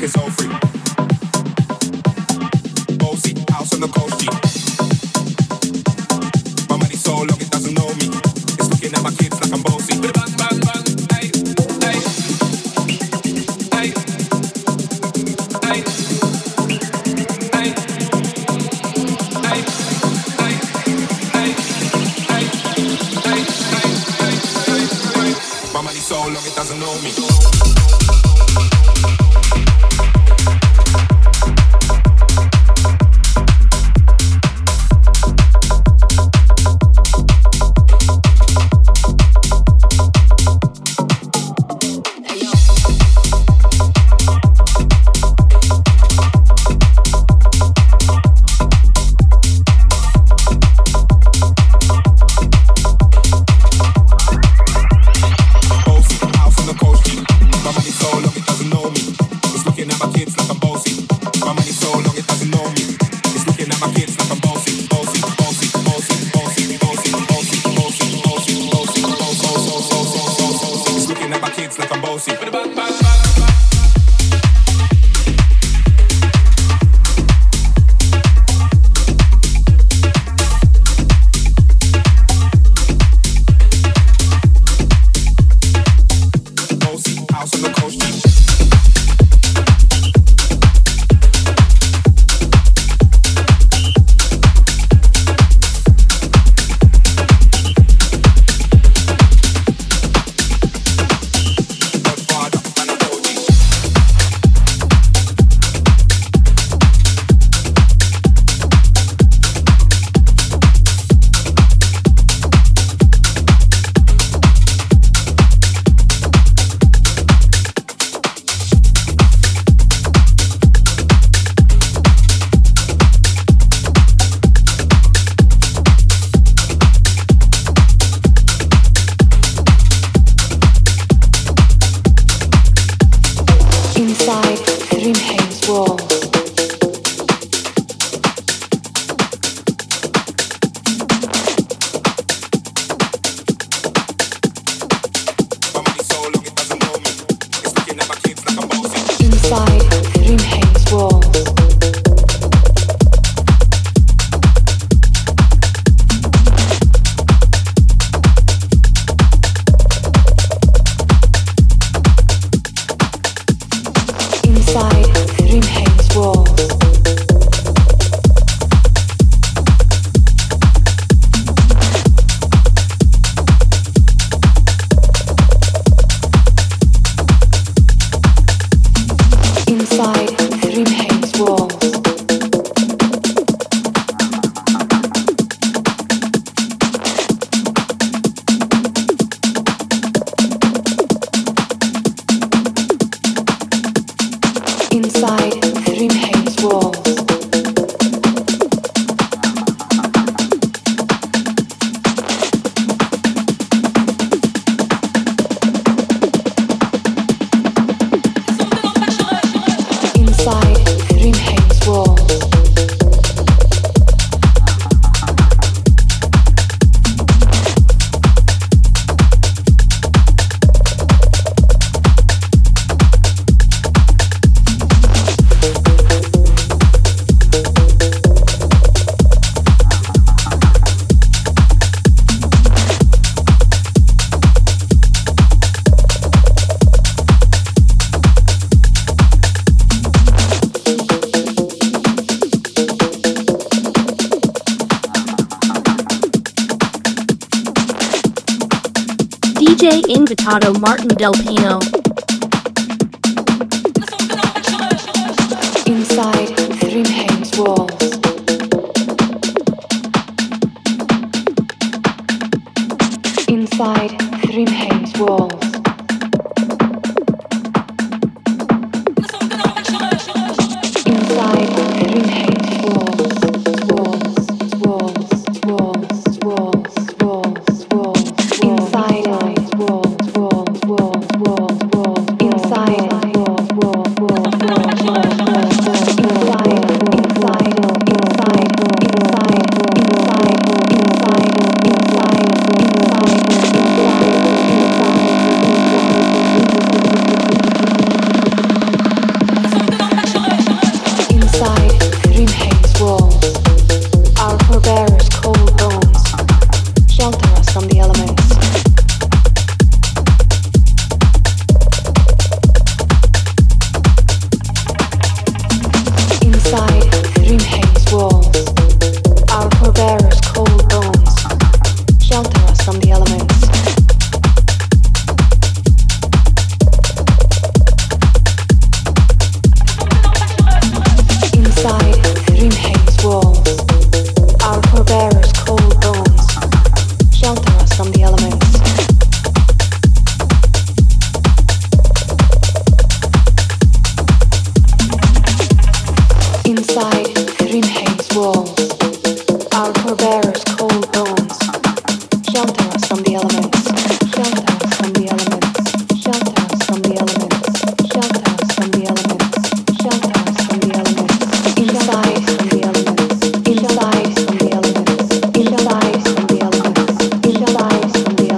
it's all free. Bossy, house on the coast G. My money so long it doesn't know me. It's looking at my kids like I'm bossy. Bang, bang, bang, hey, hey, hey, hey, hey, hey, hey, hey, hey, hey. My money so long it doesn't know me. D J Invitado Martin Del Pino. Inside Grimheim's walls. Inside Grimheim's walls. Inside Grimheim's walls. Walls, walls, walls, walls, walls, walls. Inside walls, walls, walls, walls, walls. Inside Grimheim's walls, our forebears' cold bones shelter us from the elements, shelter us from the elements, shelter us from the elements, shelter us from the elements, shelter us from the elements, inside from the elements, inside from the elements, inside from the elements, inside from the elements, inside from the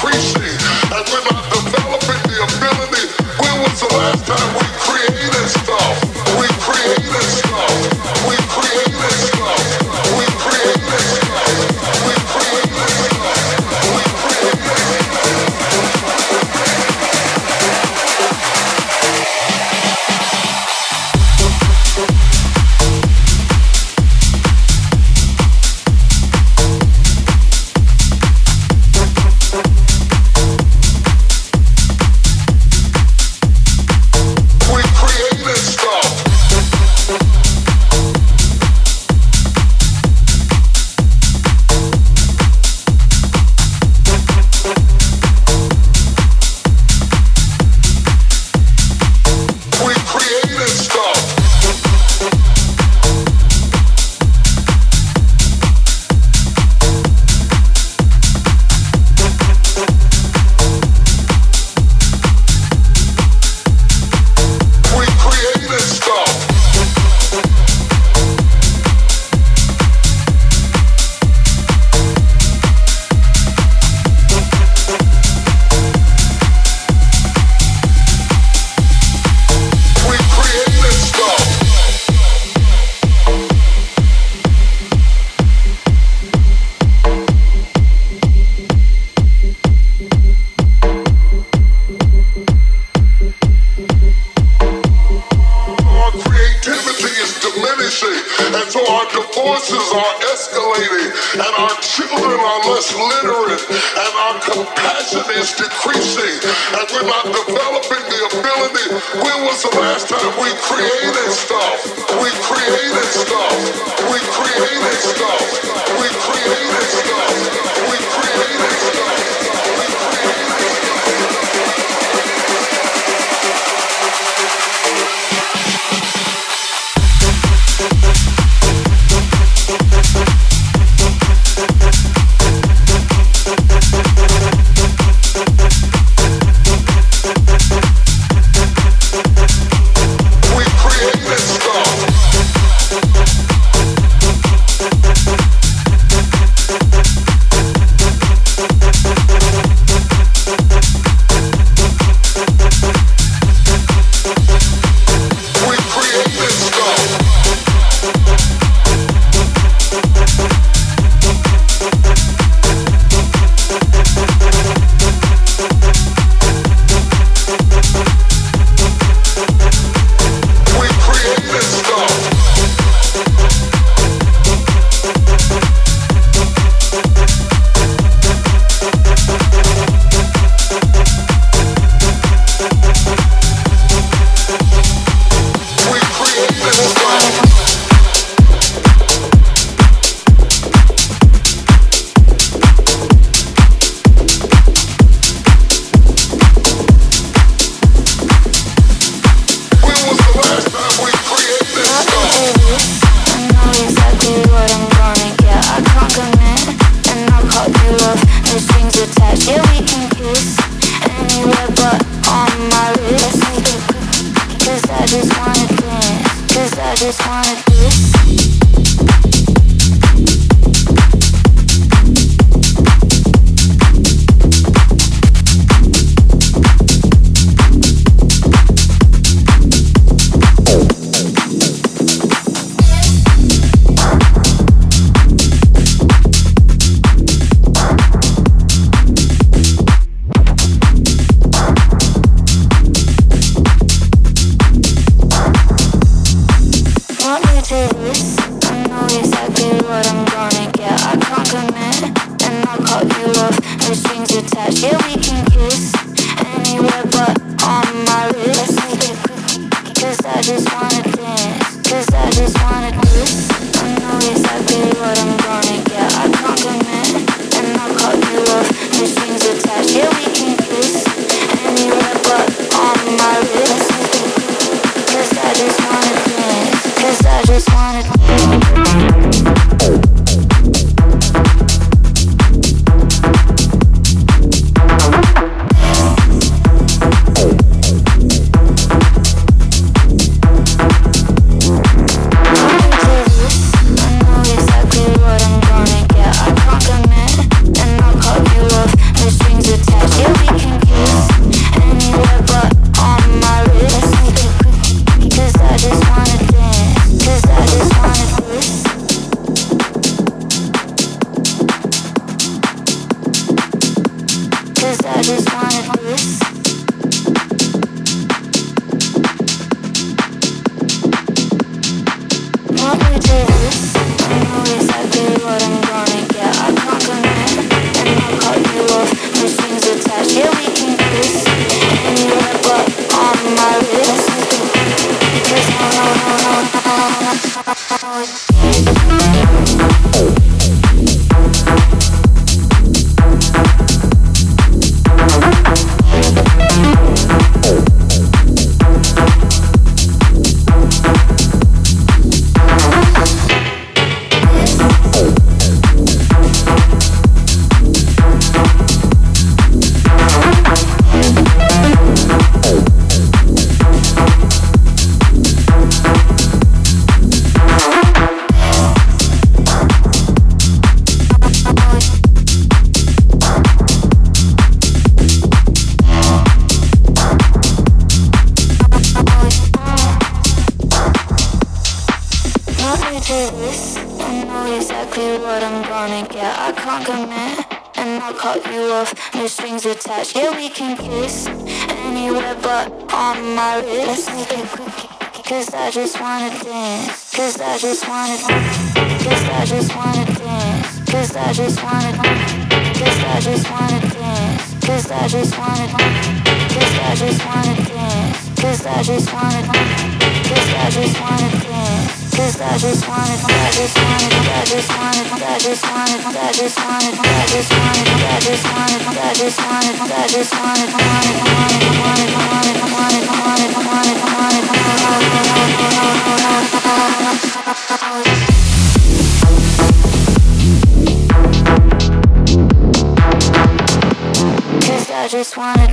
decreasing. And we're not developing the ability. When was the last time we created stuff? We created stuff. We created stuff. We created stuff. We created stuff. We created stuff. touch. Yeah, we can kiss anywhere but on my wrist. Cause I just wanna dance. Cause I just wanna kiss. Cause I just wanna kiss. Let me do this. I know exactly what I'm gonna get. I can't commit, and I'll cut you off. No strings attached. Yeah, we can kiss anywhere but on my wrist. Cause no, no, no, no, no, no, no. No strings attached. Yeah, we can kiss anywhere but on my wrist. Make it quick, cause I just wanna dance. Cause I just wanna Cause I just wanna dance. Cause I just wanna Cause I just wanna dance. Cause I just wanna Cause I just wanna dance. Cause I just wanna Cause I just wanna dance. Cause I just wanna, I just wanna, I just wanna, I just wanna, I just wanna, I just wanna, I just wanna, I just wanna, I just wanna, wanna, wanna, wanna, wanna, wanna, wanna, wanna, cause I just wanna.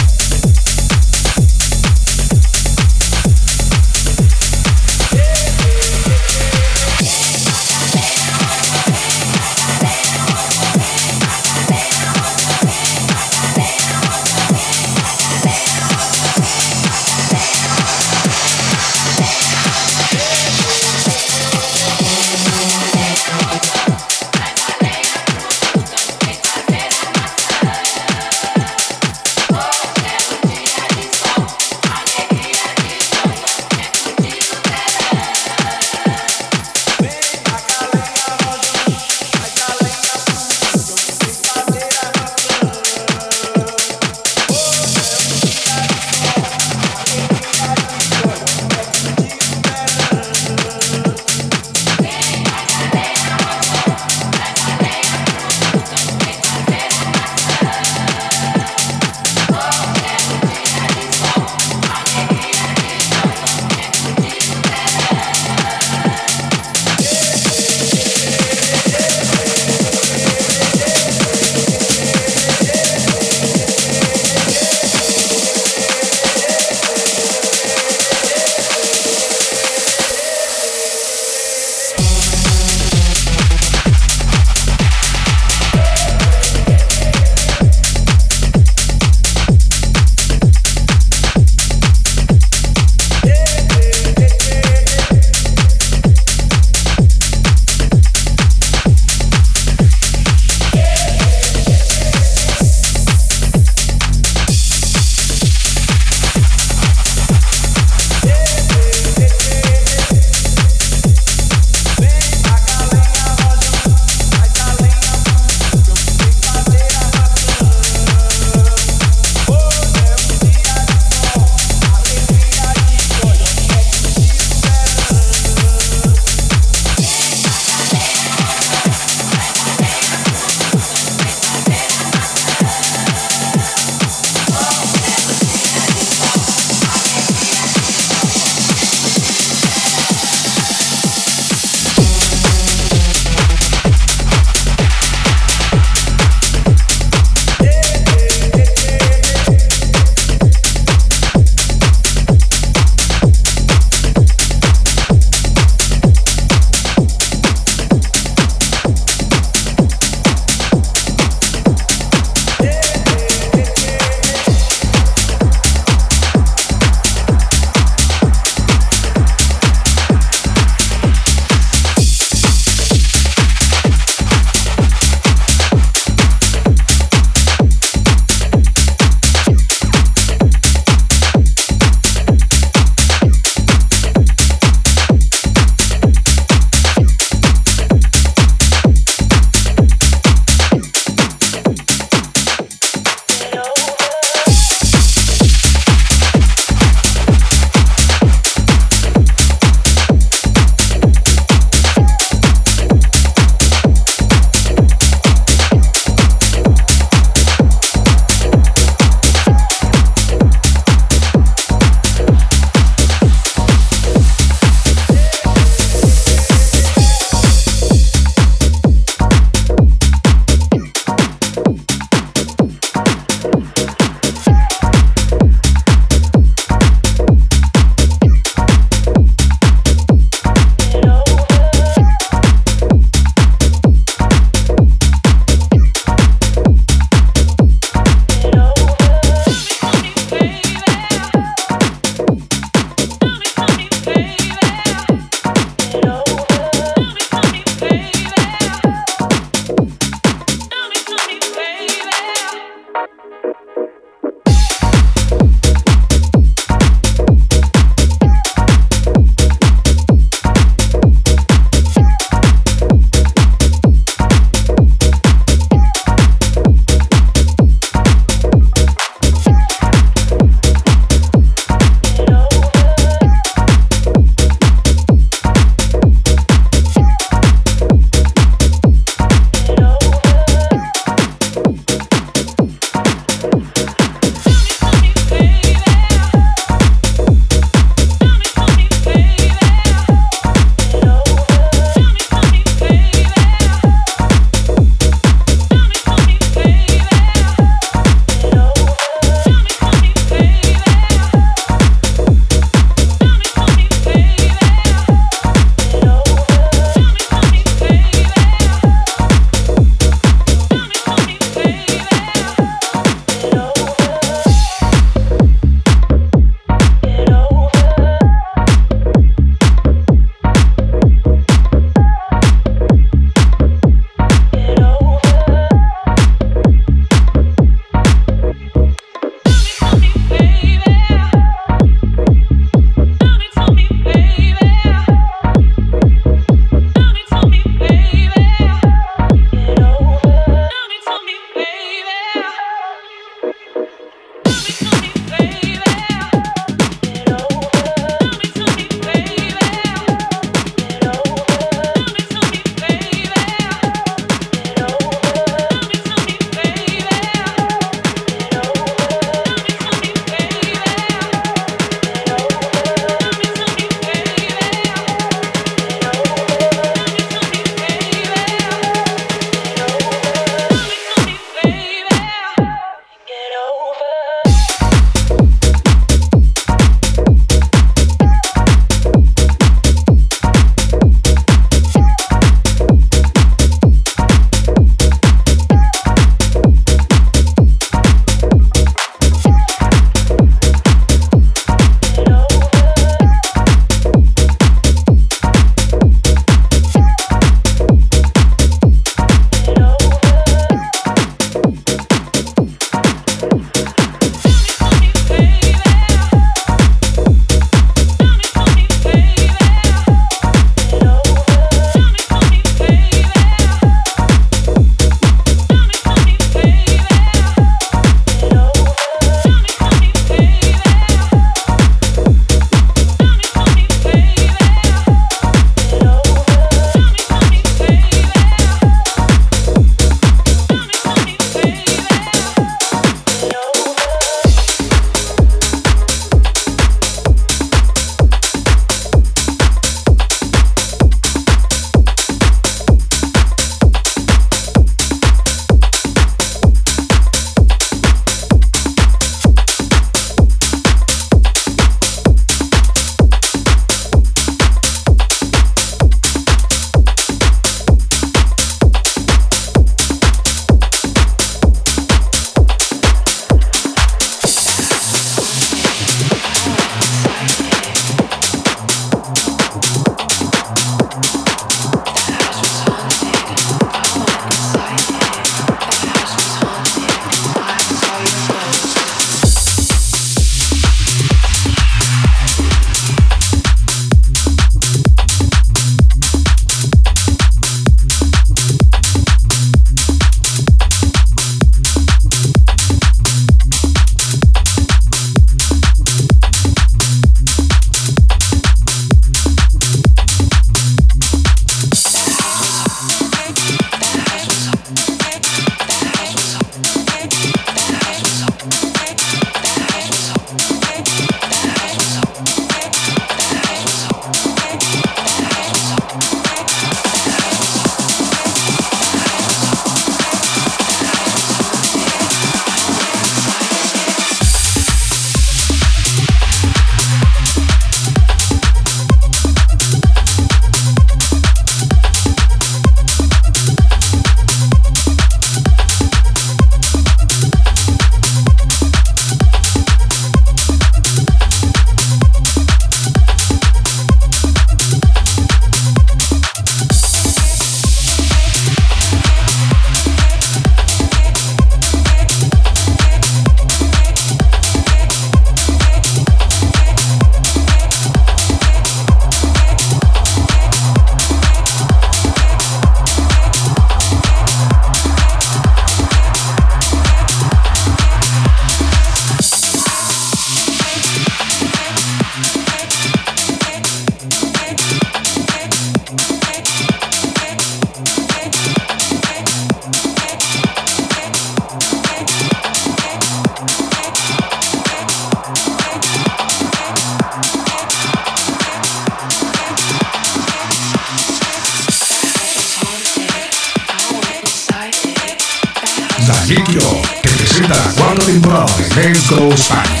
Daniel Off te presenta la cuarta temporada de Let's Go España.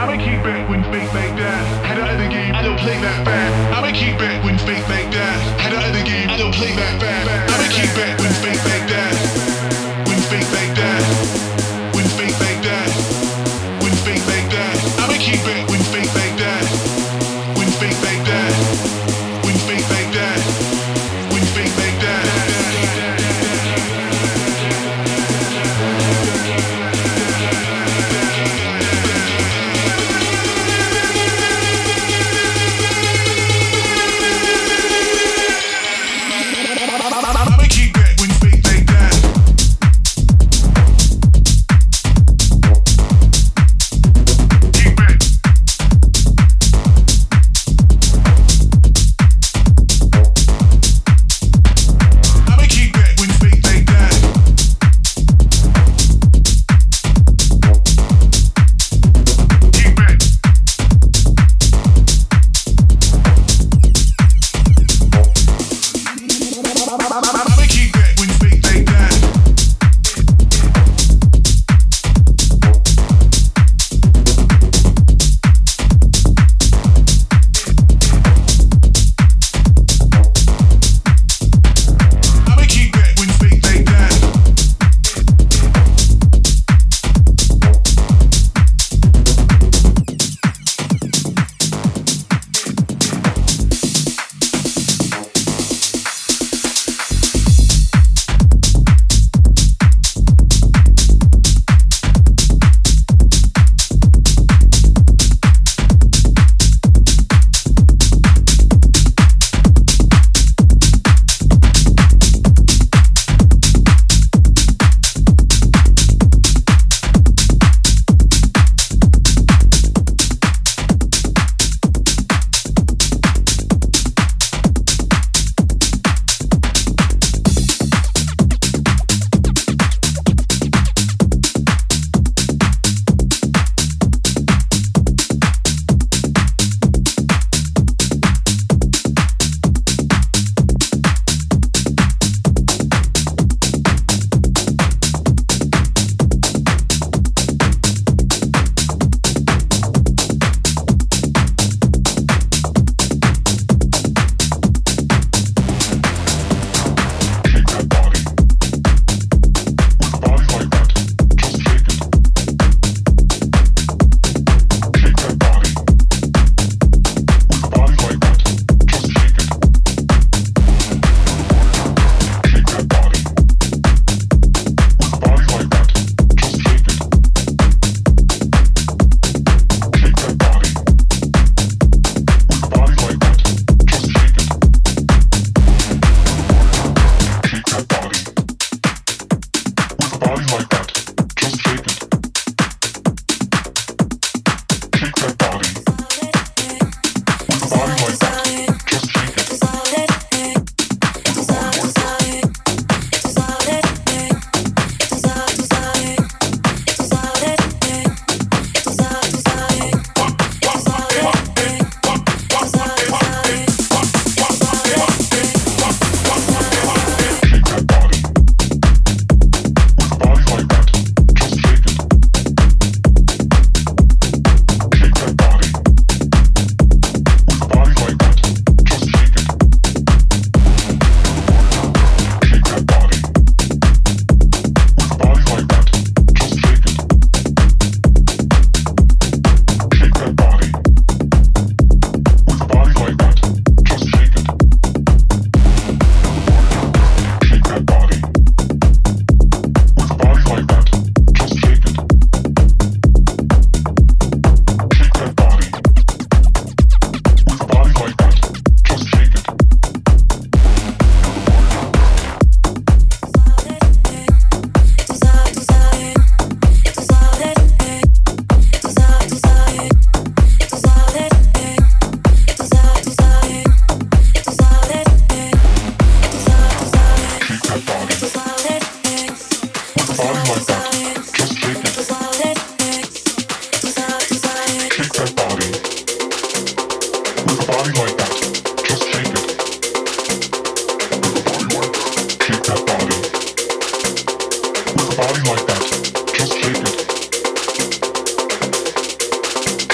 I'ma keep back when fake like that. Head out of the game, I don't play that bad. I'ma keep back when fake like that. Head out of the game, I don't play that bad. I'ma keep back when fake like that. When fake like that. When fake like that. When fake like that. I'ma keep back when fake like that. When fake like that. When fake like that. When fake like that.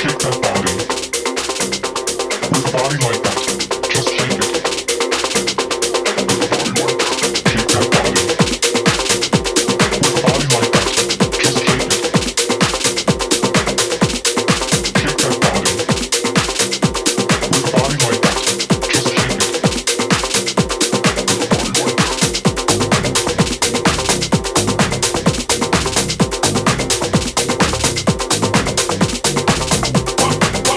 Shake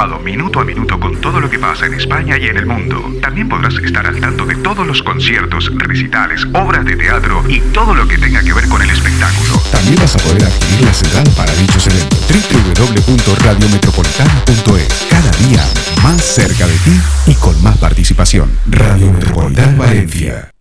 informado minuto a minuto con todo lo que pasa en España y en el mundo. También podrás estar al tanto de todos los conciertos, recitales, obras de teatro y todo lo que tenga que ver con el espectáculo. También vas a poder adquirir la central para dichos eventos. doble u doble u doble u punto radio metropolitana punto es. Cada día más cerca de ti y con más participación. Radio Metropolitana Valencia.